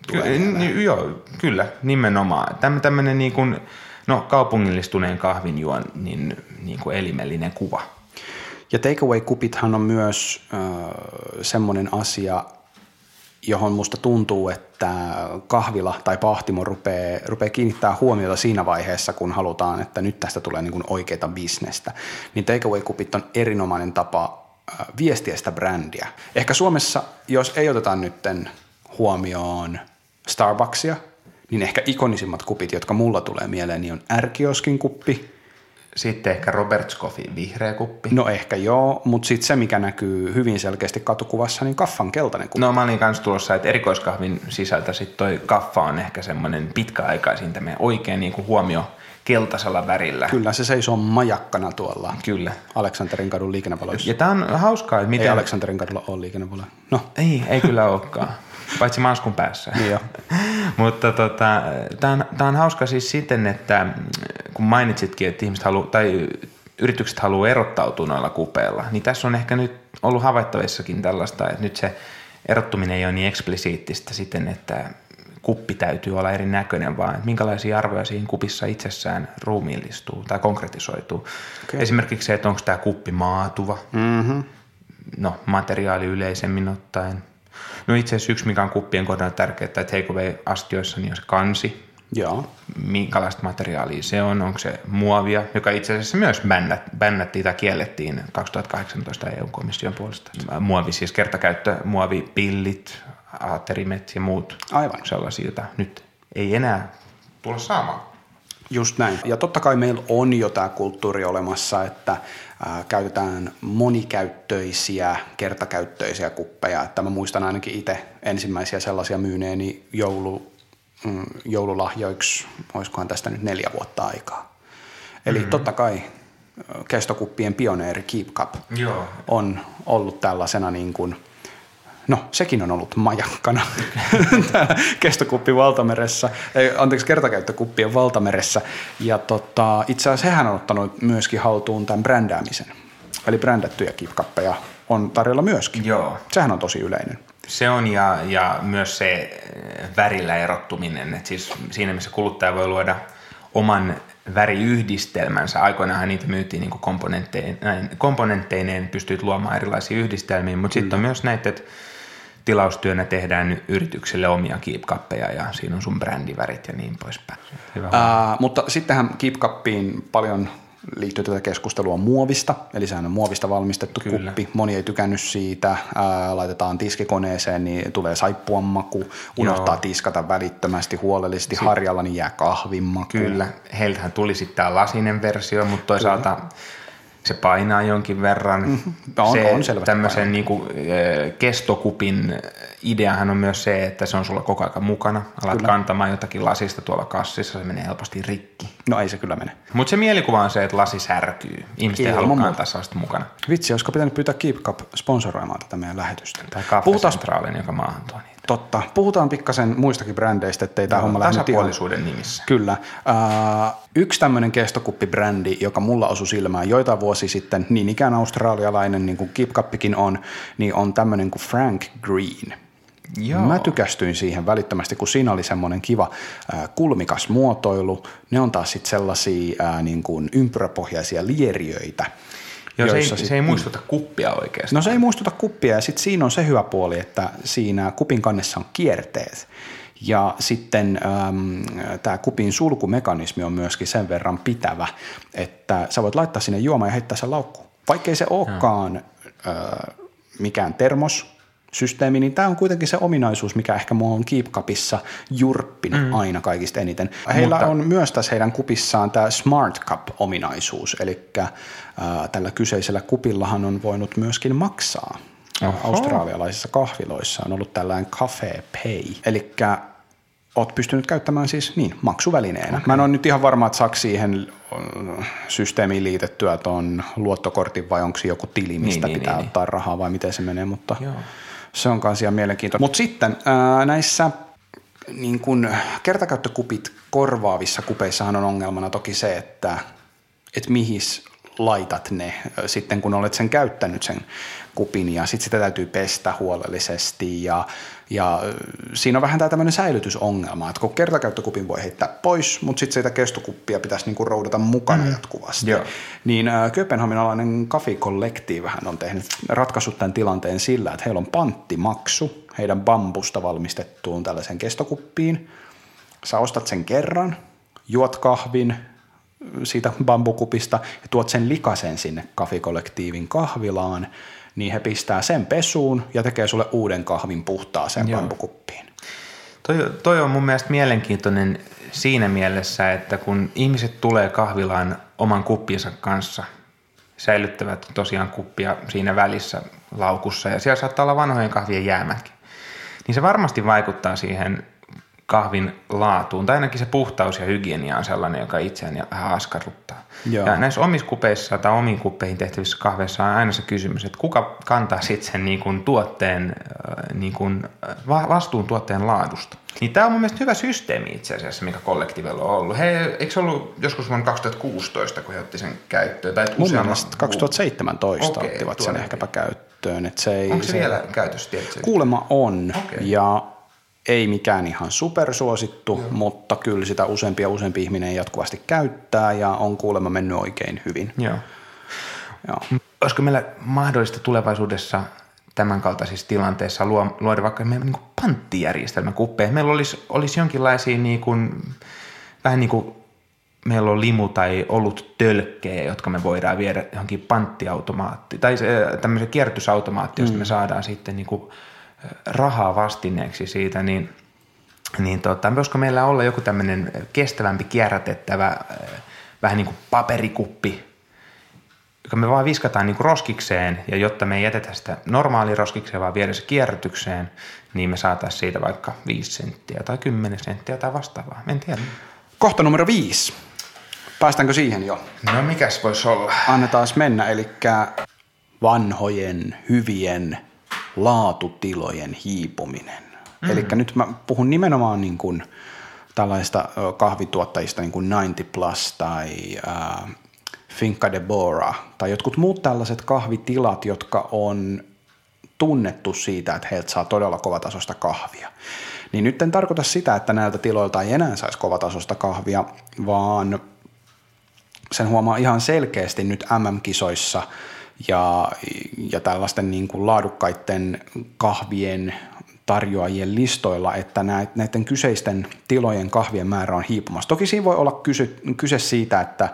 Joo, kyllä, nimenomaan. Tämmöinen niin kuin, kaupungillistuneen kahvinjuon niin kuin elimellinen kuva. Ja take away kupithan on myös semmoinen asia, johon musta tuntuu, että kahvila tai pahtimo rupeaa kiinnittää huomiota siinä vaiheessa, kun halutaan, että nyt tästä tulee niin kuin oikeita bisnestä. Niin take away kupit on erinomainen tapa viestiä sitä brändiä. Ehkä Suomessa, jos ei oteta nytten huomioon Starbucksia, niin ehkä ikonisimmat kupit, jotka mulla tulee mieleen, niin on R-kioskin kuppi. Sitten ehkä Robert's Coffee vihreä kuppi. No ehkä joo, mutta sitten se, mikä näkyy hyvin selkeästi katukuvassa, niin kaffan keltainen kuppi. No mä olin kanssa tulossa, että erikoiskahvin sisältä sitten toi kaffa on ehkä semmoinen pitkäaikaisin tämmöinen oikein niin kuin huomio keltaisella värillä. Kyllä, se seisoo majakkana tuolla. Kyllä. Aleksanterin kadun liikennevaloissa. Ja tää on hauskaa, että miten... Ei Aleksanterin kadulla ole liikennevaloja. No. Ei kyllä olekaan. Paitsi Maskun päässä. Niin jo. Mutta tää on hauska siis siten, että kun mainitsitkin, että ihmiset yritykset haluaa erottautua noilla kupeilla, niin tässä on ehkä nyt ollut havaittavissakin tällaista, että nyt se erottuminen ei ole niin eksplisiittistä siten, että kuppi täytyy olla erinäköinen, vaan että minkälaisia arvoja siinä kupissa itsessään ruumiillistuu tai konkretisoituu. Okay. Esimerkiksi se, että onko tämä kuppi maatuva, materiaali yleisemmin ottaen. No itse asiassa yksi, mikä on kuppien kohdalla tärkeää, että takeaway-astioissa niin on se kansi. Joo. Minkälaista materiaalia se on, onko se muovia, joka itse asiassa myös bännättiin tai kiellettiin 2018 EU-komission puolesta. Muovi siis kertakäyttömuovipillit, aaterimet ja muut. Aivan. Sellaisia, joita nyt ei enää tulla saamaan. Just näin. Ja totta kai meillä on jo tämä kulttuuri olemassa, että käytetään monikäyttöisiä, kertakäyttöisiä kuppeja. Että mä muistan ainakin itse ensimmäisiä sellaisia myyneeni joululahjoiksi, olisikohan tästä nyt 4 vuotta aikaa. Eli totta kai kestokuppien pioneeri Keep Cup on ollut tällaisena niin kuin, sekin on ollut majakkana täällä kestokuppi valtameressä, kertakäyttökuppien valtameressä. Ja itse asiassa hehän on ottanut myöskin haltuun tämän brändäämisen. Eli brändättyjä Keep Cuppeja on tarjolla myöskin. Joo. Sehän on tosi yleinen. Se on ja myös se värillä erottuminen. Et siis siinä, missä kuluttaja voi luoda oman väriyhdistelmänsä. Aikoinaanhan niitä myytiin niin komponentteineen, pystyit luomaan erilaisia yhdistelmiä, mutta sitten on myös näitä, että tilaustyönä tehdään yritykselle omia Keep Cuppeja ja siinä on sun brändivärit ja niin poispäin. Mutta sittenhän Keep Cupiin paljon liittyy tätä keskustelua muovista, eli sehän on muovista valmistettu kuppi. Moni ei tykännyt siitä, laitetaan tiskikoneeseen, niin tulee saippuan maku, unohtaa tiskata välittömästi, huolellisesti harjalla, niin jää kahvin maku. Kyllä, heiltähän tuli sitten tämä lasinen versio, mutta toisaalta se painaa jonkin verran. On selvästi tämmöisen niinku, kestokupin ideahan on myös se, että se on sulla koko ajan mukana. Alat kantamaan jotakin lasista tuolla kassissa, se menee helposti rikki. No ei se kyllä mene. Mutta se mielikuva on se, että lasi särkyy. Ihmiset ei halua kantaa sellaista mukana. Vitsi, olisiko pitänyt pyytää Keep Cup sponsoroimaan tätä meidän lähetystä? Tai Kaffecentraalin, joka maahan tuo niitä. Totta. Puhutaan pikkasen muistakin brändeistä, ettei tämä homma lähde tasapuolisuuden nimissä. Kyllä. Yksi tämmöinen kestokuppibrändi, joka mulla osui silmään joitain vuosi sitten, niin ikään australialainen, niin kuin Keep Cupikin on, niin on tämmöinen kuin Frank Green. Joo. Mä tykästyin siihen välittömästi, kun siinä oli semmoinen kiva kulmikas muotoilu. Ne on taas sitten sellaisia niin kuin ympyräpohjaisia lieriöitä. Joo, se ei muistuta kuppia oikeastaan. No se ei muistuta kuppia ja sitten siinä on se hyvä puoli, että siinä kupin kannessa on kierteet. Ja sitten tämä kupin sulkumekanismi on myöskin sen verran pitävä, että sä voit laittaa sinne juomaan ja heittää sen laukkuun. Vaikkei se olekaan mikään termossysteemi, niin tämä on kuitenkin se ominaisuus, mikä ehkä mua on Keep Cupissa jurppinut aina kaikista eniten. Heillä on myös tässä heidän kupissaan tämä Smart Cup-ominaisuus, eli tällä kyseisellä kupillahan on voinut myöskin maksaa. Australialaisissa kahviloissa on ollut tällainen Cafe Pay, eli oot pystynyt käyttämään siis maksuvälineenä. Okay. Mä en ole nyt ihan varma, että saako siihen systeemiin liitettyä tuon luottokortin vai onko se joku tili, mistä pitää ottaa rahaa vai miten se menee, mutta se on kanssa ihan mielenkiintoista. Mutta sitten näissä niin kun kertakäyttökupit korvaavissa kupeissahan on ongelmana toki se, että mihin laitat ne sitten, kun olet sen käyttänyt sen kupin ja sitten sitä täytyy pestä huolellisesti ja siinä on vähän tämä tämmöinen säilytysongelma, että kun kertakäyttökupin voi heittää pois, mutta sitten sitä kestokuppia pitäisi niinku roudata mukana jatkuvasti. Joo. Niin kööpenhaminalainen Coffee Collectivehän on ratkaissut tämän tilanteen sillä, että heillä on panttimaksu heidän bambusta valmistettuun tällaisen kestokuppiin. Sä ostat sen kerran, juot kahvin siitä bambukupista ja tuot sen likasen sinne Coffee Collectivin kahvilaan, niin he pistää sen pesuun ja tekee sulle uuden kahvin puhtaaseen bambukuppiin. Toi on mun mielestä mielenkiintoinen siinä mielessä, että kun ihmiset tulee kahvilaan oman kuppinsa kanssa, säilyttävät tosiaan kuppia siinä välissä laukussa ja siellä saattaa olla vanhojen kahvien jäämäkin, niin se varmasti vaikuttaa siihen kahvin laatuun, tai ainakin se puhtaus ja hygienia on sellainen, joka itseään vähän askarruttaa. Joo. Ja näissä omissa kupeissa tai omiin kuppeihin tehtävissä kahveissa on aina se kysymys, että kuka kantaa sitten sen niin kuin tuotteen, niin kuin vastuun tuotteen laadusta. Niin tämä on mun mielestä hyvä systeemi itse asiassa, mikä Colectivella on ollut. Eikö se ollut joskus vuonna 2016, kun he otti sen käyttöön? Tai mun mielestä 2017 ottivat sen ehkäpä käyttöön. Että onko se vielä käytössä? Kuulemma on, ja ei mikään ihan supersuosittu, mutta kyllä sitä useampi ihminen jatkuvasti käyttää ja on kuulemma mennyt oikein hyvin. Joo. Olisiko meillä mahdollista tulevaisuudessa tämän kaltaisissa tilanteissa luoda vaikka niin kuin panttijärjestelmä kuppeihin? Meillä olisi jonkinlaisia niin kuin, vähän niin kuin meillä on limu tai ollut tölkkejä, jotka me voidaan viedä johonkin panttiautomaattiin tai tämmöisen kierrätysautomaattiin, josta me saadaan sitten niin kuin rahaa vastineeksi siitä, niin voisiko meillä olla joku tämmöinen kestävämpi kierrätettävä vähän niin kuin paperikuppi, joka me vaan viskataan niin kuin roskikseen, ja jotta me ei jätetä sitä normaali roskikseen, vaan viedä se kierrätykseen, niin me saataisiin siitä vaikka 5 senttiä tai 10 senttiä tai vastaavaa. En tiedä. Kohta numero 5. Päästäänkö siihen jo? No mikäs voisi olla? Annetaan mennä, eli vanhojen, hyvien laatutilojen hiipuminen. Eli nyt mä puhun nimenomaan niin kuin tällaista kahvituottajista niin kuin 90 Plus tai Finca de Bora tai jotkut muut tällaiset kahvitilat, jotka on tunnettu siitä, että heiltä saa todella kovatasoista kahvia. Niin nyt en tarkoita sitä, että näiltä tiloilta ei enää saisi kovatasoista kahvia, vaan sen huomaa ihan selkeästi nyt MM-kisoissa ja tällaisten niin kuin laadukkaiden kahvien tarjoajien listoilla, että näiden kyseisten tilojen kahvien määrä on hiipumassa. Toki siinä voi olla kyse siitä, että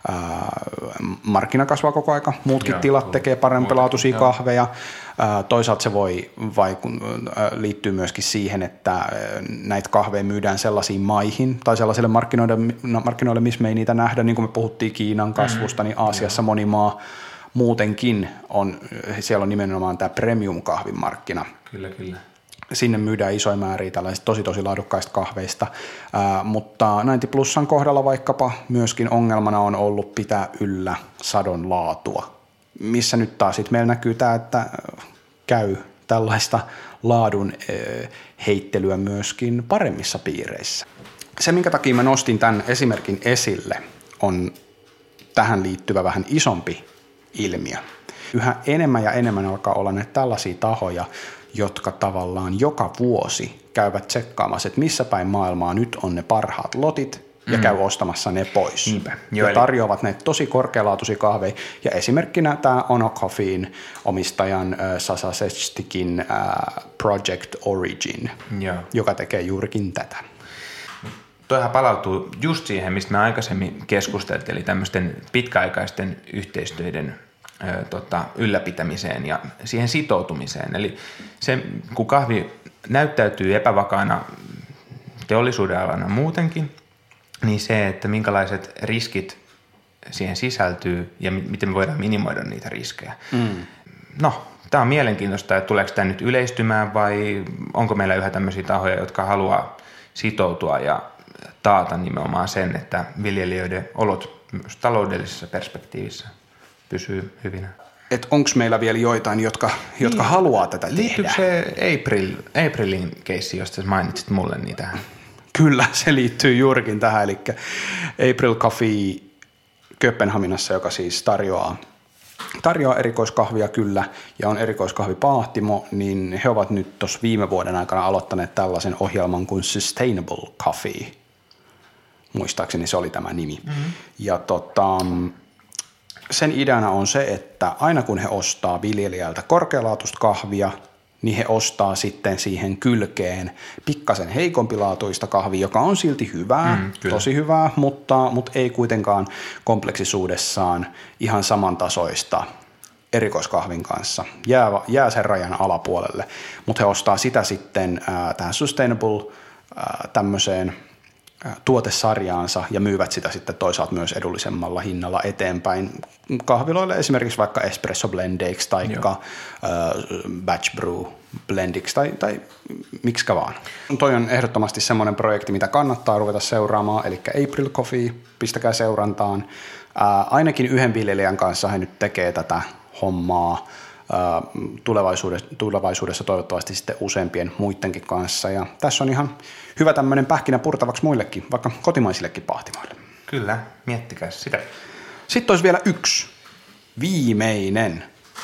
markkina kasvaa koko aika, muutkin tilat tekee parempalaatuisia kahveja. Toisaalta se voi liittyy myöskin siihen, että näitä kahveja myydään sellaisiin maihin tai sellaisille markkinoille, missä me ei niitä nähdä. Niin kuin me puhuttiin Kiinan kasvusta, niin Aasiassa moni maa muutenkin siellä on nimenomaan tämä premium-kahvimarkkina. Kyllä. Sinne myydään isoja määriä tällaisista tosi laadukkaista kahveista, mutta 90 Plusan kohdalla vaikkapa myöskin ongelmana on ollut pitää yllä sadon laatua, missä nyt taas sitten meillä näkyy tämä, että käy tällaista laadun heittelyä myöskin paremmissa piireissä. Se, minkä takia mä nostin tämän esimerkin esille, on tähän liittyvä vähän isompi ilmiö. Yhä enemmän ja enemmän alkaa olla näitä tällaisia tahoja, jotka tavallaan joka vuosi käyvät tsekkaamassa, että missä päin maailmaa nyt on ne parhaat lotit ja käy ostamassa ne pois. Niinpä. Ja tarjoavat ne tosi korkealaatuisia kahveja. Ja esimerkkinä tämä Ono Coffeen omistajan Sasa Sestikin Project Origin, joka tekee juurikin tätä. Toihan palautuu just siihen, mistä me aikaisemmin keskusteltiin, eli tämmöisten pitkäaikaisten yhteistyöiden ylläpitämiseen ja siihen sitoutumiseen. Eli se, kun kahvi näyttäytyy epävakaana teollisuuden alana muutenkin, niin se, että minkälaiset riskit siihen sisältyy ja miten me voidaan minimoida niitä riskejä. No, tämä on mielenkiintoista, että tuleeko tämä nyt yleistymään vai onko meillä yhä tämmöisiä tahoja, jotka haluaa sitoutua ja taata nimenomaan sen, että viljelijöiden olot myös taloudellisessa perspektiivissä pysyy hyvinä. että onko meillä vielä joitain, jotka haluaa tätä tehdä. Liittyykö se Aprilin keissi, josta sä mainitsit mulle niitä? Kyllä, se liittyy juurikin tähän, eli April Coffee Kööpenhaminassa, joka siis tarjoaa erikoiskahvia kyllä ja on erikoiskahvipaahtimo, niin he ovat nyt tuossa viime vuoden aikana aloittaneet tällaisen ohjelman kuin Sustainable Coffee. Muistaakseni se oli tämä nimi. Mm-hmm. Ja sen ideana on se, että aina kun he ostaa viljelijältä korkealaatuista kahvia, niin he ostaa sitten siihen kylkeen pikkasen heikompilaatuista kahvia, joka on silti hyvää, tosi hyvää, mutta ei kuitenkaan kompleksisuudessaan ihan samantasoista erikoiskahvin kanssa. Jää sen rajan alapuolelle, mutta he ostaa sitä sitten tähän Sustainable tämmöiseen tuotesarjaansa ja myyvät sitä sitten toisaalta myös edullisemmalla hinnalla eteenpäin kahviloille, esimerkiksi vaikka espresso blendeiksi tai batch brew blendiksi tai miksikä vaan. Toi on ehdottomasti semmoinen projekti, mitä kannattaa ruveta seuraamaan, eli April Coffee, pistäkää seurantaan. Ainakin yhden viljelijän kanssa he nyt tekee tätä hommaa. Tulevaisuudessa toivottavasti sitten useampien muidenkin kanssa. Ja tässä on ihan hyvä tämmöinen pähkinä purtavaksi muillekin, vaikka kotimaisillekin pahtimoille. Kyllä, miettikää sitä. Sitten olisi vielä yksi viimeinen,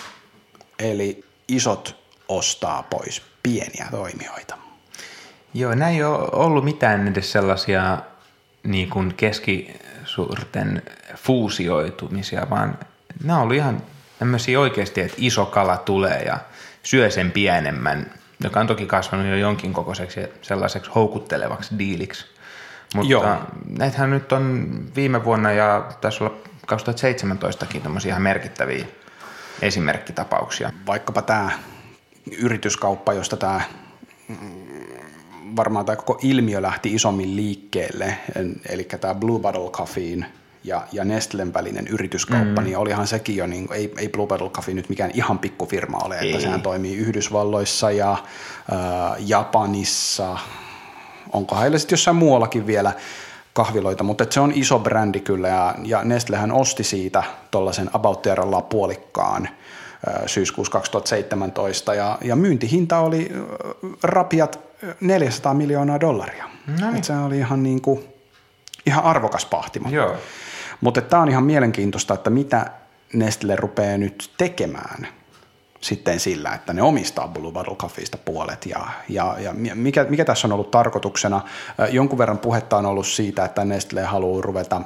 eli isot ostaa pois pieniä toimijoita. Joo, näin ei ole ollut mitään edes sellaisia niin kuin keskisuurten fuusioitumisia, vaan nämä on ollut ihan tämmöisiä oikeasti, että iso kala tulee ja syö sen pienemmän, joka on toki kasvanut jo jonkin kokoiseksi ja sellaiseksi houkuttelevaksi diiliksi. Mutta näitähän nyt on viime vuonna ja taisi olla 2017kin tämmöisiä ihan merkittäviä esimerkkitapauksia. Vaikkapa tämä yrityskauppa, josta tämä varmaan tämä koko ilmiö lähti isommin liikkeelle, eli tämä Blue Bottle Coffeen ja Nestlen välinen yrityskauppa, niin olihan sekin jo, niin ei Blue Bottle Coffee nyt mikään ihan pikkufirma ole, että sehän toimii Yhdysvalloissa ja Japanissa, onko heillä sitten jossain muuallakin vielä kahviloita, mutta se on iso brändi kyllä, ja Nestlehän osti siitä tuollaisen About Terralla puolikkaan syyskuussa 2017, ja myyntihinta oli rapiat $400 miljoonaa. Et se oli ihan arvokas pahtimo. Joo. Mutta tämä on ihan mielenkiintoista, että mitä Nestle rupeaa nyt tekemään sitten sillä, että ne omistaa Blue Bottle Coffeesta puolet. Ja mikä tässä on ollut tarkoituksena? Jonkun verran puhetta on ollut siitä, että Nestle haluaa ruveta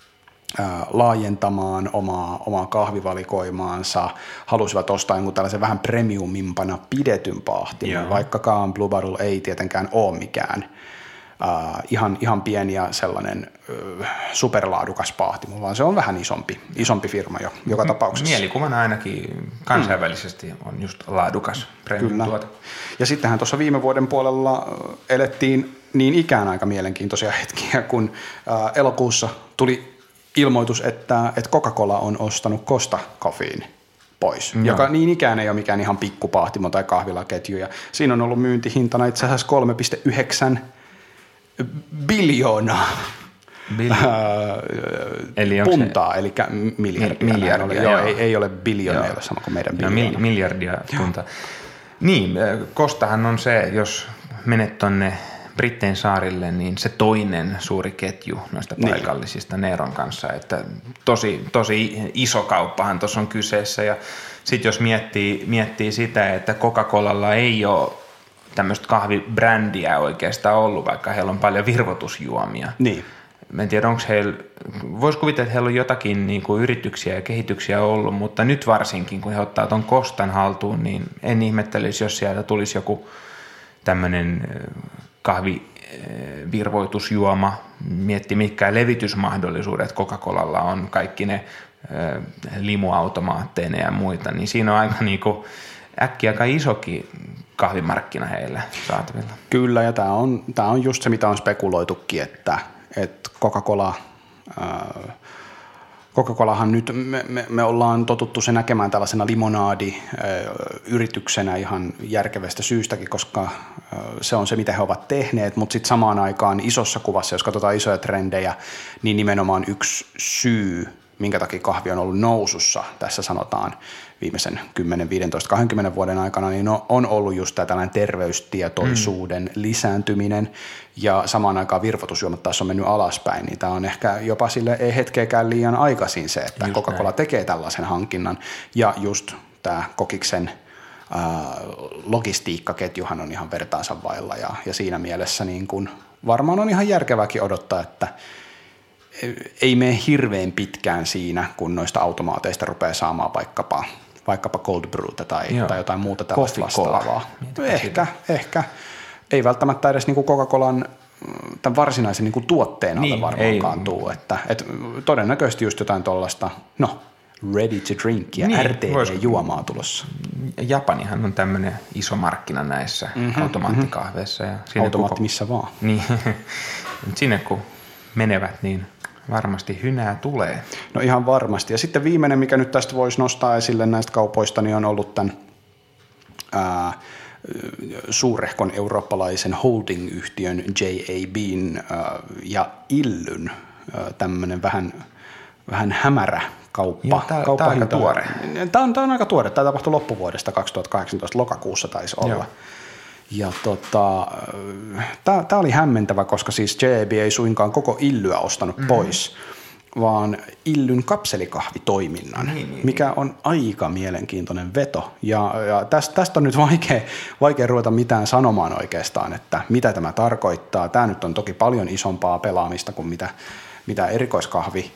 laajentamaan omaa kahvivalikoimaansa, halusivat ostaa jonkun tällaisen vähän premiumimpana pidetyn pahtimen, vaikkakaan Blue Bottle ei tietenkään ole mikään ihan pieni ja sellainen superlaadukas pahtimo, vaan se on vähän isompi firma jo joka tapauksessa. Mielikuvana ainakin kansainvälisesti on just laadukas premium-tuote. Ja sittenhän tuossa viime vuoden puolella elettiin niin ikään aika mielenkiintoisia hetkiä, kun elokuussa tuli ilmoitus, että Coca-Cola on ostanut Costa Coffeen pois, joka niin ikään ei ole mikään ihan pikkupahtimo tai kahvilaketju. Ja siinä on ollut myyntihintana itse asiassa 3,9 biljoonaa puntaa, eli miljardia. Joo. Ei ole biljoonaa, sama kuin meidän biljoona. Miljardia puntaa. Niin, Costahan on se, jos menet tonne Brittein saarille, niin se toinen suuri ketju noista paikallisista Neron kanssa, että tosi iso kauppahan tuossa on kyseessä. Ja sitten jos miettii sitä, että Coca-Colalla ei ole tämmöistä kahvibrändiä oikeastaan ollut, vaikka heillä on paljon virvoitusjuomia. Niin. Mä en tiedä, onko heillä, voisi kuvitella, että heillä on jotakin niin kuin yrityksiä ja kehityksiä ollut, mutta nyt varsinkin, kun he ottaa ton Costan haltuun, niin en ihmettelisi, jos sieltä tulisi joku tämmöinen kahvivirvoitusjuoma, mietti mitkä levitysmahdollisuudet Coca-Colalla on, kaikki ne limuautomaatteina ja muita, niin siinä on aika niinku äkkiä aika isokin kahvimarkkina heillä saatavilla. Kyllä, ja tämä on just se, mitä on spekuloitukin, että Coca-Colahan nyt, me ollaan totuttu se näkemään tällaisena limonaadi-yrityksenä ihan järkevästä syystäkin, koska se on se, mitä he ovat tehneet, mutta sitten samaan aikaan isossa kuvassa, jos katsotaan isoja trendejä, niin nimenomaan yksi syy, minkä takia kahvi on ollut nousussa, tässä sanotaan viimeisen 10, 15, 20 vuoden aikana, niin on ollut just tämä tällainen terveystietoisuuden lisääntyminen ja samaan aikaan virvoitusjuomat taas on mennyt alaspäin, niin tämä on ehkä jopa sille ei hetkeäkään liian aikaisin se, että just Coca-Cola tekee tällaisen hankinnan ja just tämä Kokiksen logistiikkaketjuhan on ihan vertaansa vailla ja siinä mielessä niin kun varmaan on ihan järkevääkin odottaa, että ei mene hirveän pitkään siinä, kun noista automaateista rupeaa saamaan vaikkapa cold brewta tai jotain muuta tällaista vastaavaa. Ehkä. Ei välttämättä edes niin kuin Coca-Colan tämän varsinaisen niin kuin tuotteen alle varmaankaan tuu. Että todennäköisesti just jotain tuollaista, ready to drink ja RTD-juomaa tulossa. Japanihan on tämmöinen iso markkina näissä automaattikahveissa. Ja automaatti missä vaan. Niin, sinne kun menevät, niin varmasti hynää tulee. No ihan varmasti. Ja sitten viimeinen, mikä nyt tästä voisi nostaa esille näistä kaupoista, niin on ollut tämän suurehkon eurooppalaisen holding-yhtiön JAB:n ja Illyn tämmöinen vähän hämärä kauppa. Tämä on aika tuore. Tämä on aika tuore. Tämä tapahtui loppuvuodesta 2018, lokakuussa taisi olla. Joo. Ja tämä oli hämmentävä, koska siis JAB ei suinkaan koko Illyä ostanut pois, vaan Illyn kapselikahvitoiminnan, mikä on aika mielenkiintoinen veto. Ja tästä on nyt vaikea ruveta mitään sanomaan oikeastaan, että mitä tämä tarkoittaa. Tämä nyt on toki paljon isompaa pelaamista kuin mitä erikoiskahvi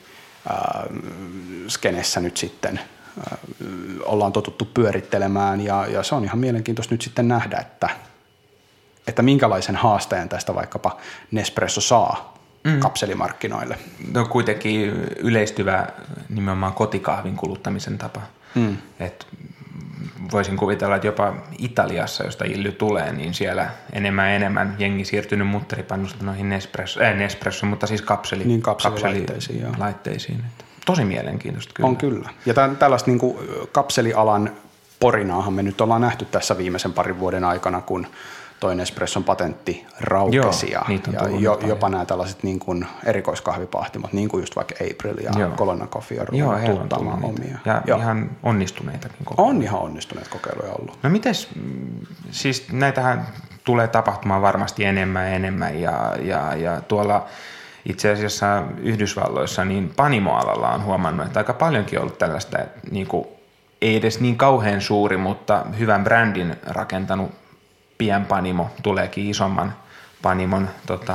skenessä nyt sitten ollaan totuttu pyörittelemään ja se on ihan mielenkiintoista nyt sitten nähdä, että minkälaisen haasteen tästä vaikkapa Nespresso saa kapselimarkkinoille. No kuitenkin yleistyvä nimenomaan kotikahvin kuluttamisen tapa. Et voisin kuvitella, että jopa Italiassa, josta Illy tulee, niin siellä enemmän jengi siirtynyt mutteripannusta noihin Nespresso, mutta siis kapselilaitteisiin. Tosi mielenkiintoista kyllä. On kyllä. Ja tällaista niin kuin kapselialan porinaahan me nyt ollaan nähty tässä viimeisen parin vuoden aikana, kun toi Nespresson patentti raukesi ja jopa nämä tällaiset niin kuin erikoiskahvipahtimot, niin kuin just vaikka April ja Colonna Coffee on ruvennut tuottamaan omia. Ja ihan onnistuneitakin kokeiluja. On ihan onnistuneet kokeiluja ollut. No mites, siis näitähän tulee tapahtumaan varmasti enemmän ja tuolla itse asiassa Yhdysvalloissa niin panimoalalla on huomannut, että aika paljonkin on ollut tällaista, että niin kuin, ei edes niin kauhean suuri, mutta hyvän brändin rakentanut pienpanimo tuleekin isomman panimon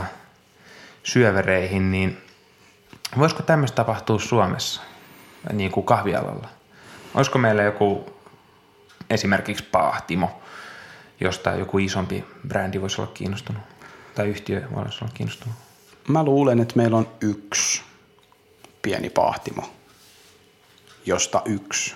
syövereihin, niin voisiko tämmöistä tapahtua Suomessa niin kuin kahvialalla? Olisiko meillä joku esimerkiksi pahtimo, josta joku isompi brändi voisi olla kiinnostunut tai yhtiö voisi olla kiinnostunut? Mä luulen, että meillä on yksi pieni pahtimo, josta yksi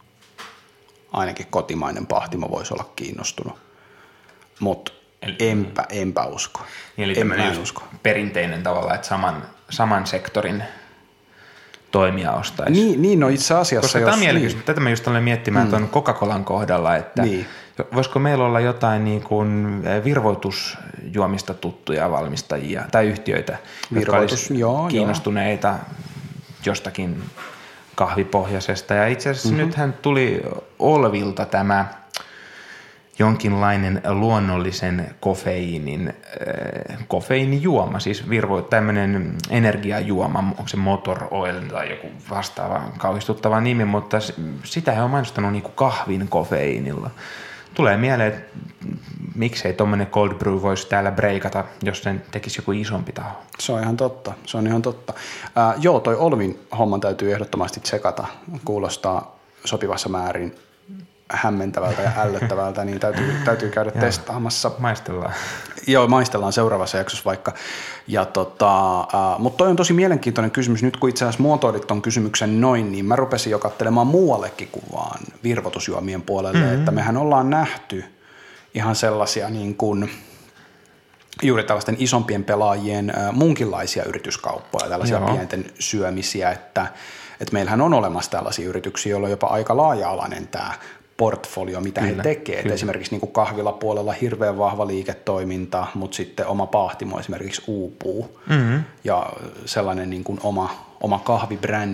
ainakin kotimainen pahtimo voisi olla kiinnostunut. Mutta enpä usko. Eli tämmöinen perinteinen tavalla, että saman sektorin toimija ostaisi. Niin no itse asiassa. Koska tämä on mielenkiintoista. Tätä mä just olen miettimään tuon Coca-Colan kohdalla, että voisiko meillä olla jotain niin kuin virvoitusjuomista tuttuja valmistajia tai yhtiöitä, jotka olisi kiinnostuneita jostakin kahvipohjaisesta. Ja itse asiassa nythän tuli Olvilta tämä jonkinlainen luonnollisen kofeiinijuoma, siis tämmöinen energiajuoma, onko se Motor Oil tai joku vastaava kauhistuttava nimi, mutta sitä he on mainostanut niin kuin kahvin kofeiinilla. Tulee mieleen, että miksei tuommoinen cold brew voisi täällä breikata, jos sen tekisi joku isompi taho. Se on ihan totta. Toi Olvin homman täytyy ehdottomasti tsekata. Kuulostaa sopivassa määrin hämmentävältä ja ällöttävältä, niin täytyy käydä testaamassa. Maistellaan. Joo, maistellaan seuraavassa jaksossa vaikka. Mutta toi on tosi mielenkiintoinen kysymys. Nyt kun itse asiassa muotoilit ton kysymyksen noin, niin mä rupesin jo katselemaan muuallekin kuin vaan virvoitusjuomien puolelle, että mehän ollaan nähty ihan sellaisia niin kuin juuri tällaisten isompien pelaajien munkinlaisia yrityskauppoja, tällaisia pienten syömisiä, että meillähän on olemassa tällaisia yrityksiä, joilla on jopa aika laaja-alainen tämä portfolio, mitä he tekee. Esimerkiksi niin kuin kahvilapuolella hirveän vahva liiketoiminta, mutta sitten oma pahtimo esimerkiksi uupuu. Ja sellainen niin kuin oma kahvibrändi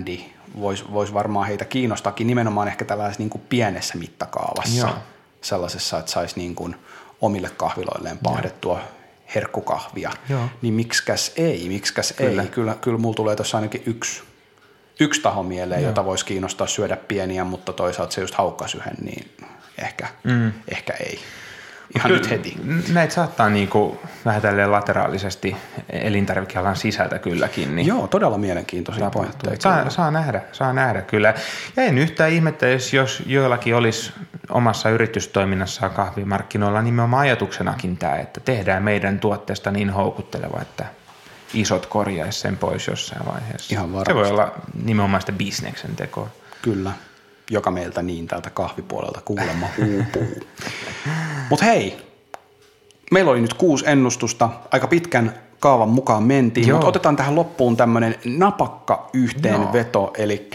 vois varmaan heitä kiinnostaakin nimenomaan ehkä tällaisessa niin kuin pienessä mittakaavassa. Joo. Sellaisessa, että saisi niin kuin omille kahviloilleen pahdettua herkkukahvia. Joo. Niin miksikäs ei. Kyllä mulla tulee tuossa ainakin yksi taho mieleen, jota voisi kiinnostaa syödä pieniä, mutta toisaalta se just haukkas yhden, niin ehkä ei. Ihan nyt heti. Näitä saattaa niinku vähän tälleen lateraalisesti elintarvikealan sisältä kylläkin. Niin joo, todella mielenkiintoisia pointteja. Saa nähdä kyllä. Ja en yhtään ihmettä, jos joillakin olisi omassa yritystoiminnassaan kahvimarkkinoilla nimenomaan ajatuksenakin tämä, että tehdään meidän tuotteesta niin houkutteleva, että isot korjaisi sen pois jossain vaiheessa. Ihan varmasti. Se voi olla nimenomaan sitä bisneksen tekoa. Kyllä, joka meiltä niin täältä kahvipuolelta kuulemma uupuu. Mutta hei, meillä oli nyt 6 ennustusta, aika pitkän kaavan mukaan mentiin, mutta otetaan tähän loppuun tämmöinen napakka yhteenveto, eli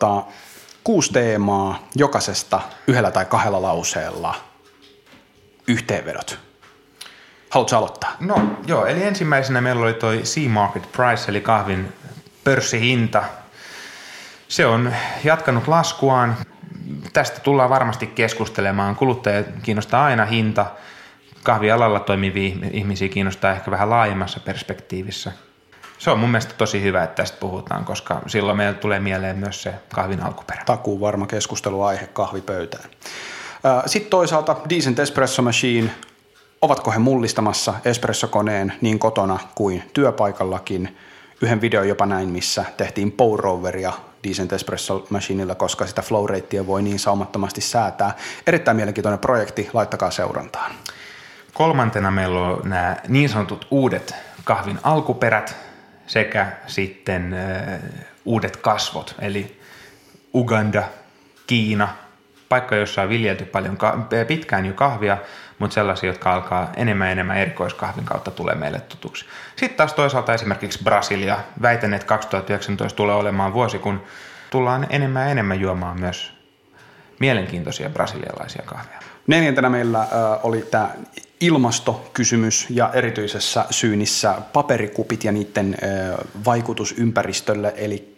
6 teemaa jokaisesta 1 tai 2 lauseella yhteenvedot. Haluatko aloittaa? No joo, eli ensimmäisenä meillä oli toi C-Market Price, eli kahvin pörssihinta. Se on jatkanut laskuaan. Tästä tullaan varmasti keskustelemaan. Kuluttajia kiinnostaa aina hinta. Kahvialalla toimivia ihmisiä kiinnostaa ehkä vähän laajemmassa perspektiivissä. Se on mun mielestä tosi hyvä, että tästä puhutaan, koska silloin meillä tulee mieleen myös se kahvin alkuperä. Takuu varma keskusteluaihe kahvipöytään. Sitten toisaalta Decent Espresso Machine. Ovatko he mullistamassa espressokoneen niin kotona kuin työpaikallakin? Yhden videon jopa näin, missä tehtiin pour-overia Decent Espresso Machinella, koska sitä flow ratea voi niin saumattomasti säätää. Erittäin mielenkiintoinen projekti, laittakaa seurantaan. 3. meillä on nämä niin sanotut uudet kahvin alkuperät sekä sitten uudet kasvot, eli Uganda, Kiina, paikka, jossa on viljelty paljon pitkään jo kahvia, mutta sellaisia, jotka alkaa enemmän erikoiskahvin kautta tulee meille tutuksi. Sitten taas toisaalta esimerkiksi Brasilia. Väitän, että 2019 tulee olemaan vuosi, kun tullaan enemmän juomaan myös mielenkiintoisia brasilialaisia kahvia. 4. meillä oli tämä ilmastokysymys ja erityisessä syynissä paperikupit ja niiden vaikutus ympäristölle, eli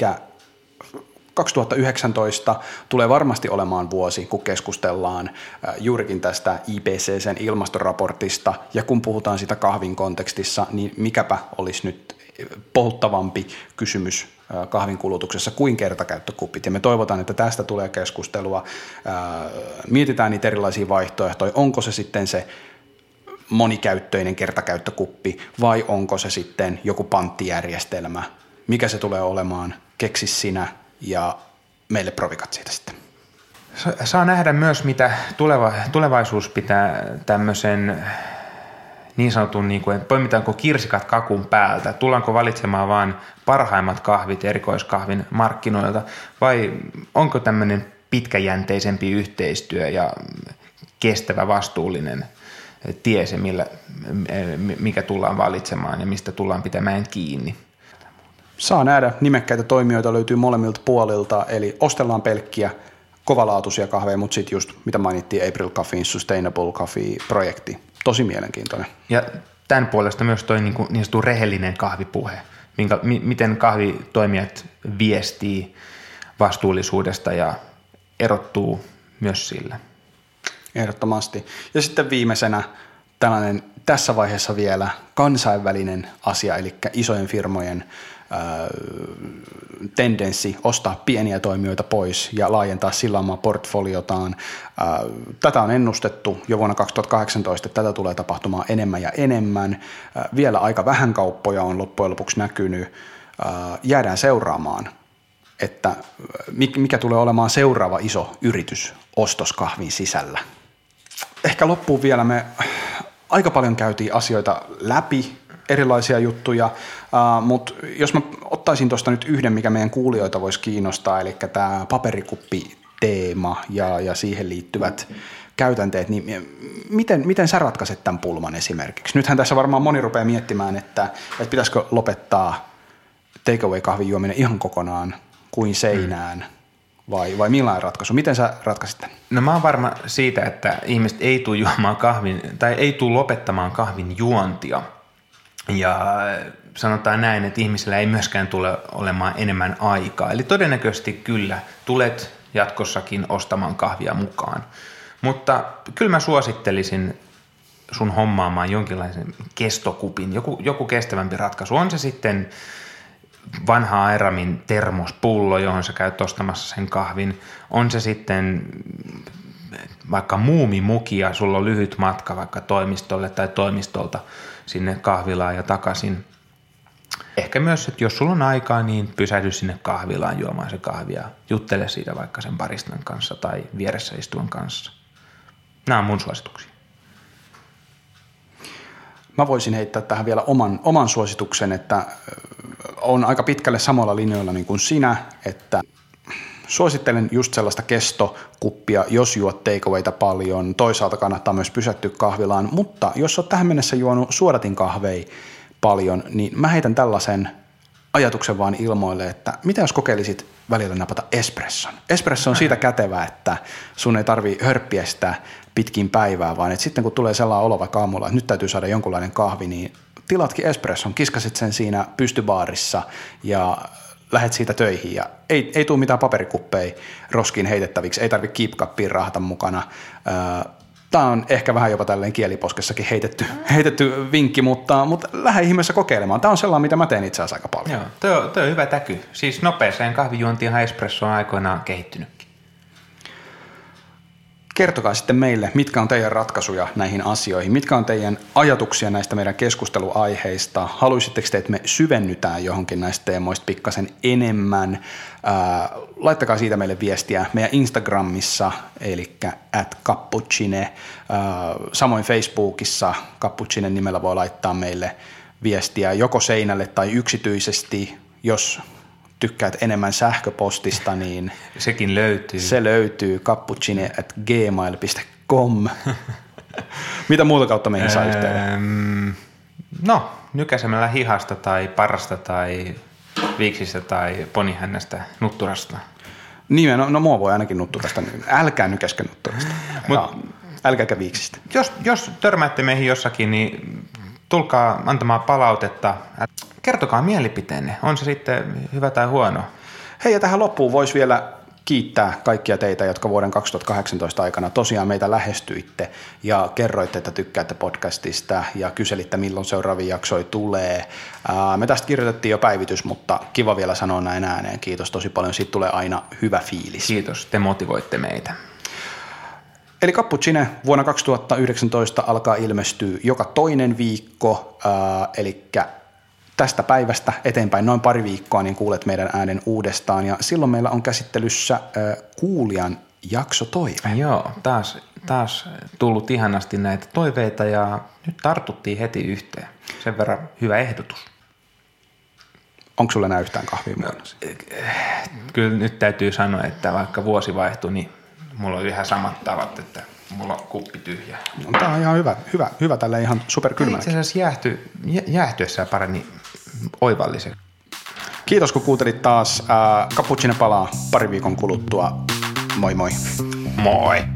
2019 tulee varmasti olemaan vuosi, kun keskustellaan juurikin tästä IPCC:n ilmastoraportista, ja kun puhutaan sitä kahvin kontekstissa, niin mikäpä olisi nyt polttavampi kysymys kahvin kulutuksessa kuin kertakäyttökupit. Ja me toivotaan, että tästä tulee keskustelua, mietitään niitä erilaisia vaihtoehtoja, onko se sitten se monikäyttöinen kertakäyttökuppi vai onko se sitten joku panttijärjestelmä, mikä se tulee olemaan, keksi sinä ja meille provikat siitä sitten. Saa nähdä myös, mitä tulevaisuus pitää tämmöisen niin sanotun, niin kuin, poimitaanko kirsikat kakun päältä, tullaanko valitsemaan vain parhaimmat kahvit erikoiskahvin markkinoilta vai onko tämmöinen pitkäjänteisempi yhteistyö ja kestävä vastuullinen tie se, mikä tullaan valitsemaan ja mistä tullaan pitämään kiinni. Saa nähdä, nimekkäitä toimijoita löytyy molemmilta puolilta, eli ostellaan pelkkiä kovalaatuisia kahveja, mutta sitten just mitä mainittiin April Coffeen Sustainable Coffee-projekti. Tosi mielenkiintoinen. Ja tämän puolesta myös toi niin sanottu rehellinen kahvipuhe, miten kahvitoimijat viestii vastuullisuudesta ja erottuu myös sillä. Ehdottomasti. Ja sitten viimeisenä tällainen tässä vaiheessa vielä kansainvälinen asia, eli isojen firmojen tendenssi ostaa pieniä toimijoita pois ja laajentaa sillä omaa portfoliotaan. Tätä on ennustettu jo vuonna 2018, että tätä tulee tapahtumaan enemmän ja enemmän. Vielä aika vähän kauppoja on loppujen lopuksi näkynyt. Jäädään seuraamaan, että mikä tulee olemaan seuraava iso yritys ostoskahvin sisällä. Ehkä loppuun vielä me aika paljon käytiin asioita läpi, erilaisia juttuja, mutta jos mä ottaisin tuosta nyt yhden, mikä meidän kuulijoita voisi kiinnostaa, eli tämä paperikuppi-teema ja siihen liittyvät käytänteet, niin miten sä ratkaiset tämän pulman esimerkiksi? Nythän tässä varmaan moni rupeaa miettimään, että pitäisikö lopettaa takeaway-kahvin juominen ihan kokonaan kuin seinään, vai millainen ratkaisu? Miten sä ratkaisit tämän? No mä oon varma siitä, että ihmiset ei tule juomaan kahvin, tai ei tule lopettamaan kahvin juontia, Ja sanotaan näin, että ihmisillä ei myöskään tule olemaan enemmän aikaa. Eli todennäköisesti kyllä tulet jatkossakin ostamaan kahvia mukaan. Mutta kyllä mä suosittelisin sun hommaamaan jonkinlaisen kestokupin, joku kestävämpi ratkaisu. On se sitten vanha Airamin termospullo, johon sä käyt ostamassa sen kahvin. On se sitten vaikka muumimuki ja sulla on lyhyt matka vaikka toimistolle tai toimistolta sinne kahvilaan ja takaisin. Ehkä myös, että jos sulla on aikaa, niin pysähdy sinne kahvilaan juomaan se kahvia. Juttele siitä vaikka sen baristan kanssa tai vieressä istuvan kanssa. Nämä on mun suosituksia. Mä voisin heittää tähän vielä oman suosituksen, että on aika pitkälle samalla linjoilla niin kuin sinä, että suosittelen just sellaista kestokuppia, jos juot takeawayta paljon. Toisaalta kannattaa myös pysähtyä kahvilaan, mutta jos olet tähän mennessä juonut suodatinkahveja paljon, niin mä heitän tällaisen ajatuksen vaan ilmoille, että mitä jos kokeilisit välillä napata espresson. Espresso on siitä kätevä, että sun ei tarvii hörppiä sitä pitkin päivää, vaan että sitten kun tulee sellainen olo vaikka aamulla, että nyt täytyy saada jonkunlainen kahvi, niin tilatkin espresson, kiskasit sen siinä pystybaarissa ja lähet siitä töihin ja ei tule mitään paperikuppeja roskiin heitettäviksi, ei tarvitse keep-cuppiin rahata mukana. Tämä on ehkä vähän jopa tälleen kieliposkessakin heitetty vinkki, mutta lähde ihmeessä kokeilemaan. Tämä on sellainen, mitä mä teen itse asiassa aika paljon. Joo, tuo on hyvä täky. Siis nopeeseen kahvijuontiinhan espresso on aikoinaan kehittynytkin. Kertokaa sitten meille, mitkä on teidän ratkaisuja näihin asioihin, mitkä on teidän ajatuksia näistä meidän keskusteluaiheista. Haluaisitteko te, että me syvennytään johonkin näistä teemoista pikkasen enemmän? Laittakaa siitä meille viestiä meidän Instagramissa, eli @cappuccine. Samoin Facebookissa Cappuccinen nimellä voi laittaa meille viestiä joko seinälle tai yksityisesti, jos tykkäät enemmän sähköpostista, niin sekin löytyy. Se löytyy cappuccine@gmail.com. Mitä muuta kautta meihin saa yhteyden? No, nykäsemällä hihasta tai parrasta tai viiksistä tai ponihännästä, nutturasta. Niin, no mua voi ainakin nutturasta. Älkää nykäskö nutturasta. Älkääkä viiksistä. Jos törmäätte meihin jossakin, niin tulkaa antamaan palautetta. Kertokaa mielipiteenne, on se sitten hyvä tai huono. Hei, ja tähän loppuun voisi vielä kiittää kaikkia teitä, jotka vuoden 2018 aikana tosiaan meitä lähestyitte ja kerroitte, että tykkäätte podcastista ja kyselitte, milloin seuraavia jaksoja tulee. Me tästä kirjoitettiin jo päivitys, mutta kiva vielä sanoa näin ääneen. Kiitos tosi paljon, siitä tulee aina hyvä fiilis. Kiitos, te motivoitte meitä. Eli Cappuccine vuonna 2019 alkaa ilmestyä joka toinen viikko, eli tästä päivästä eteenpäin noin pari viikkoa, niin kuulet meidän äänen uudestaan ja silloin meillä on käsittelyssä kuulijan jaksotoive. Joo, taas tullut ihanasti näitä toiveita ja nyt tartuttiin heti yhteen. Sen verran hyvä ehdotus. Onko sulla enää yhtään kahvia mukana? Kyllä nyt täytyy sanoa, että vaikka vuosi vaihtui, niin mulla on ihan samat tavat, että mulla on kuppi tyhjä. No, tämä on ihan hyvä tällä ihan superkylmänäkin. Itse asiassa jäähtyessään paremmin oivallisen. Kiitos kun kuuntelit taas. Cappuccine palaa pari viikon kuluttua. Moi moi. Moi.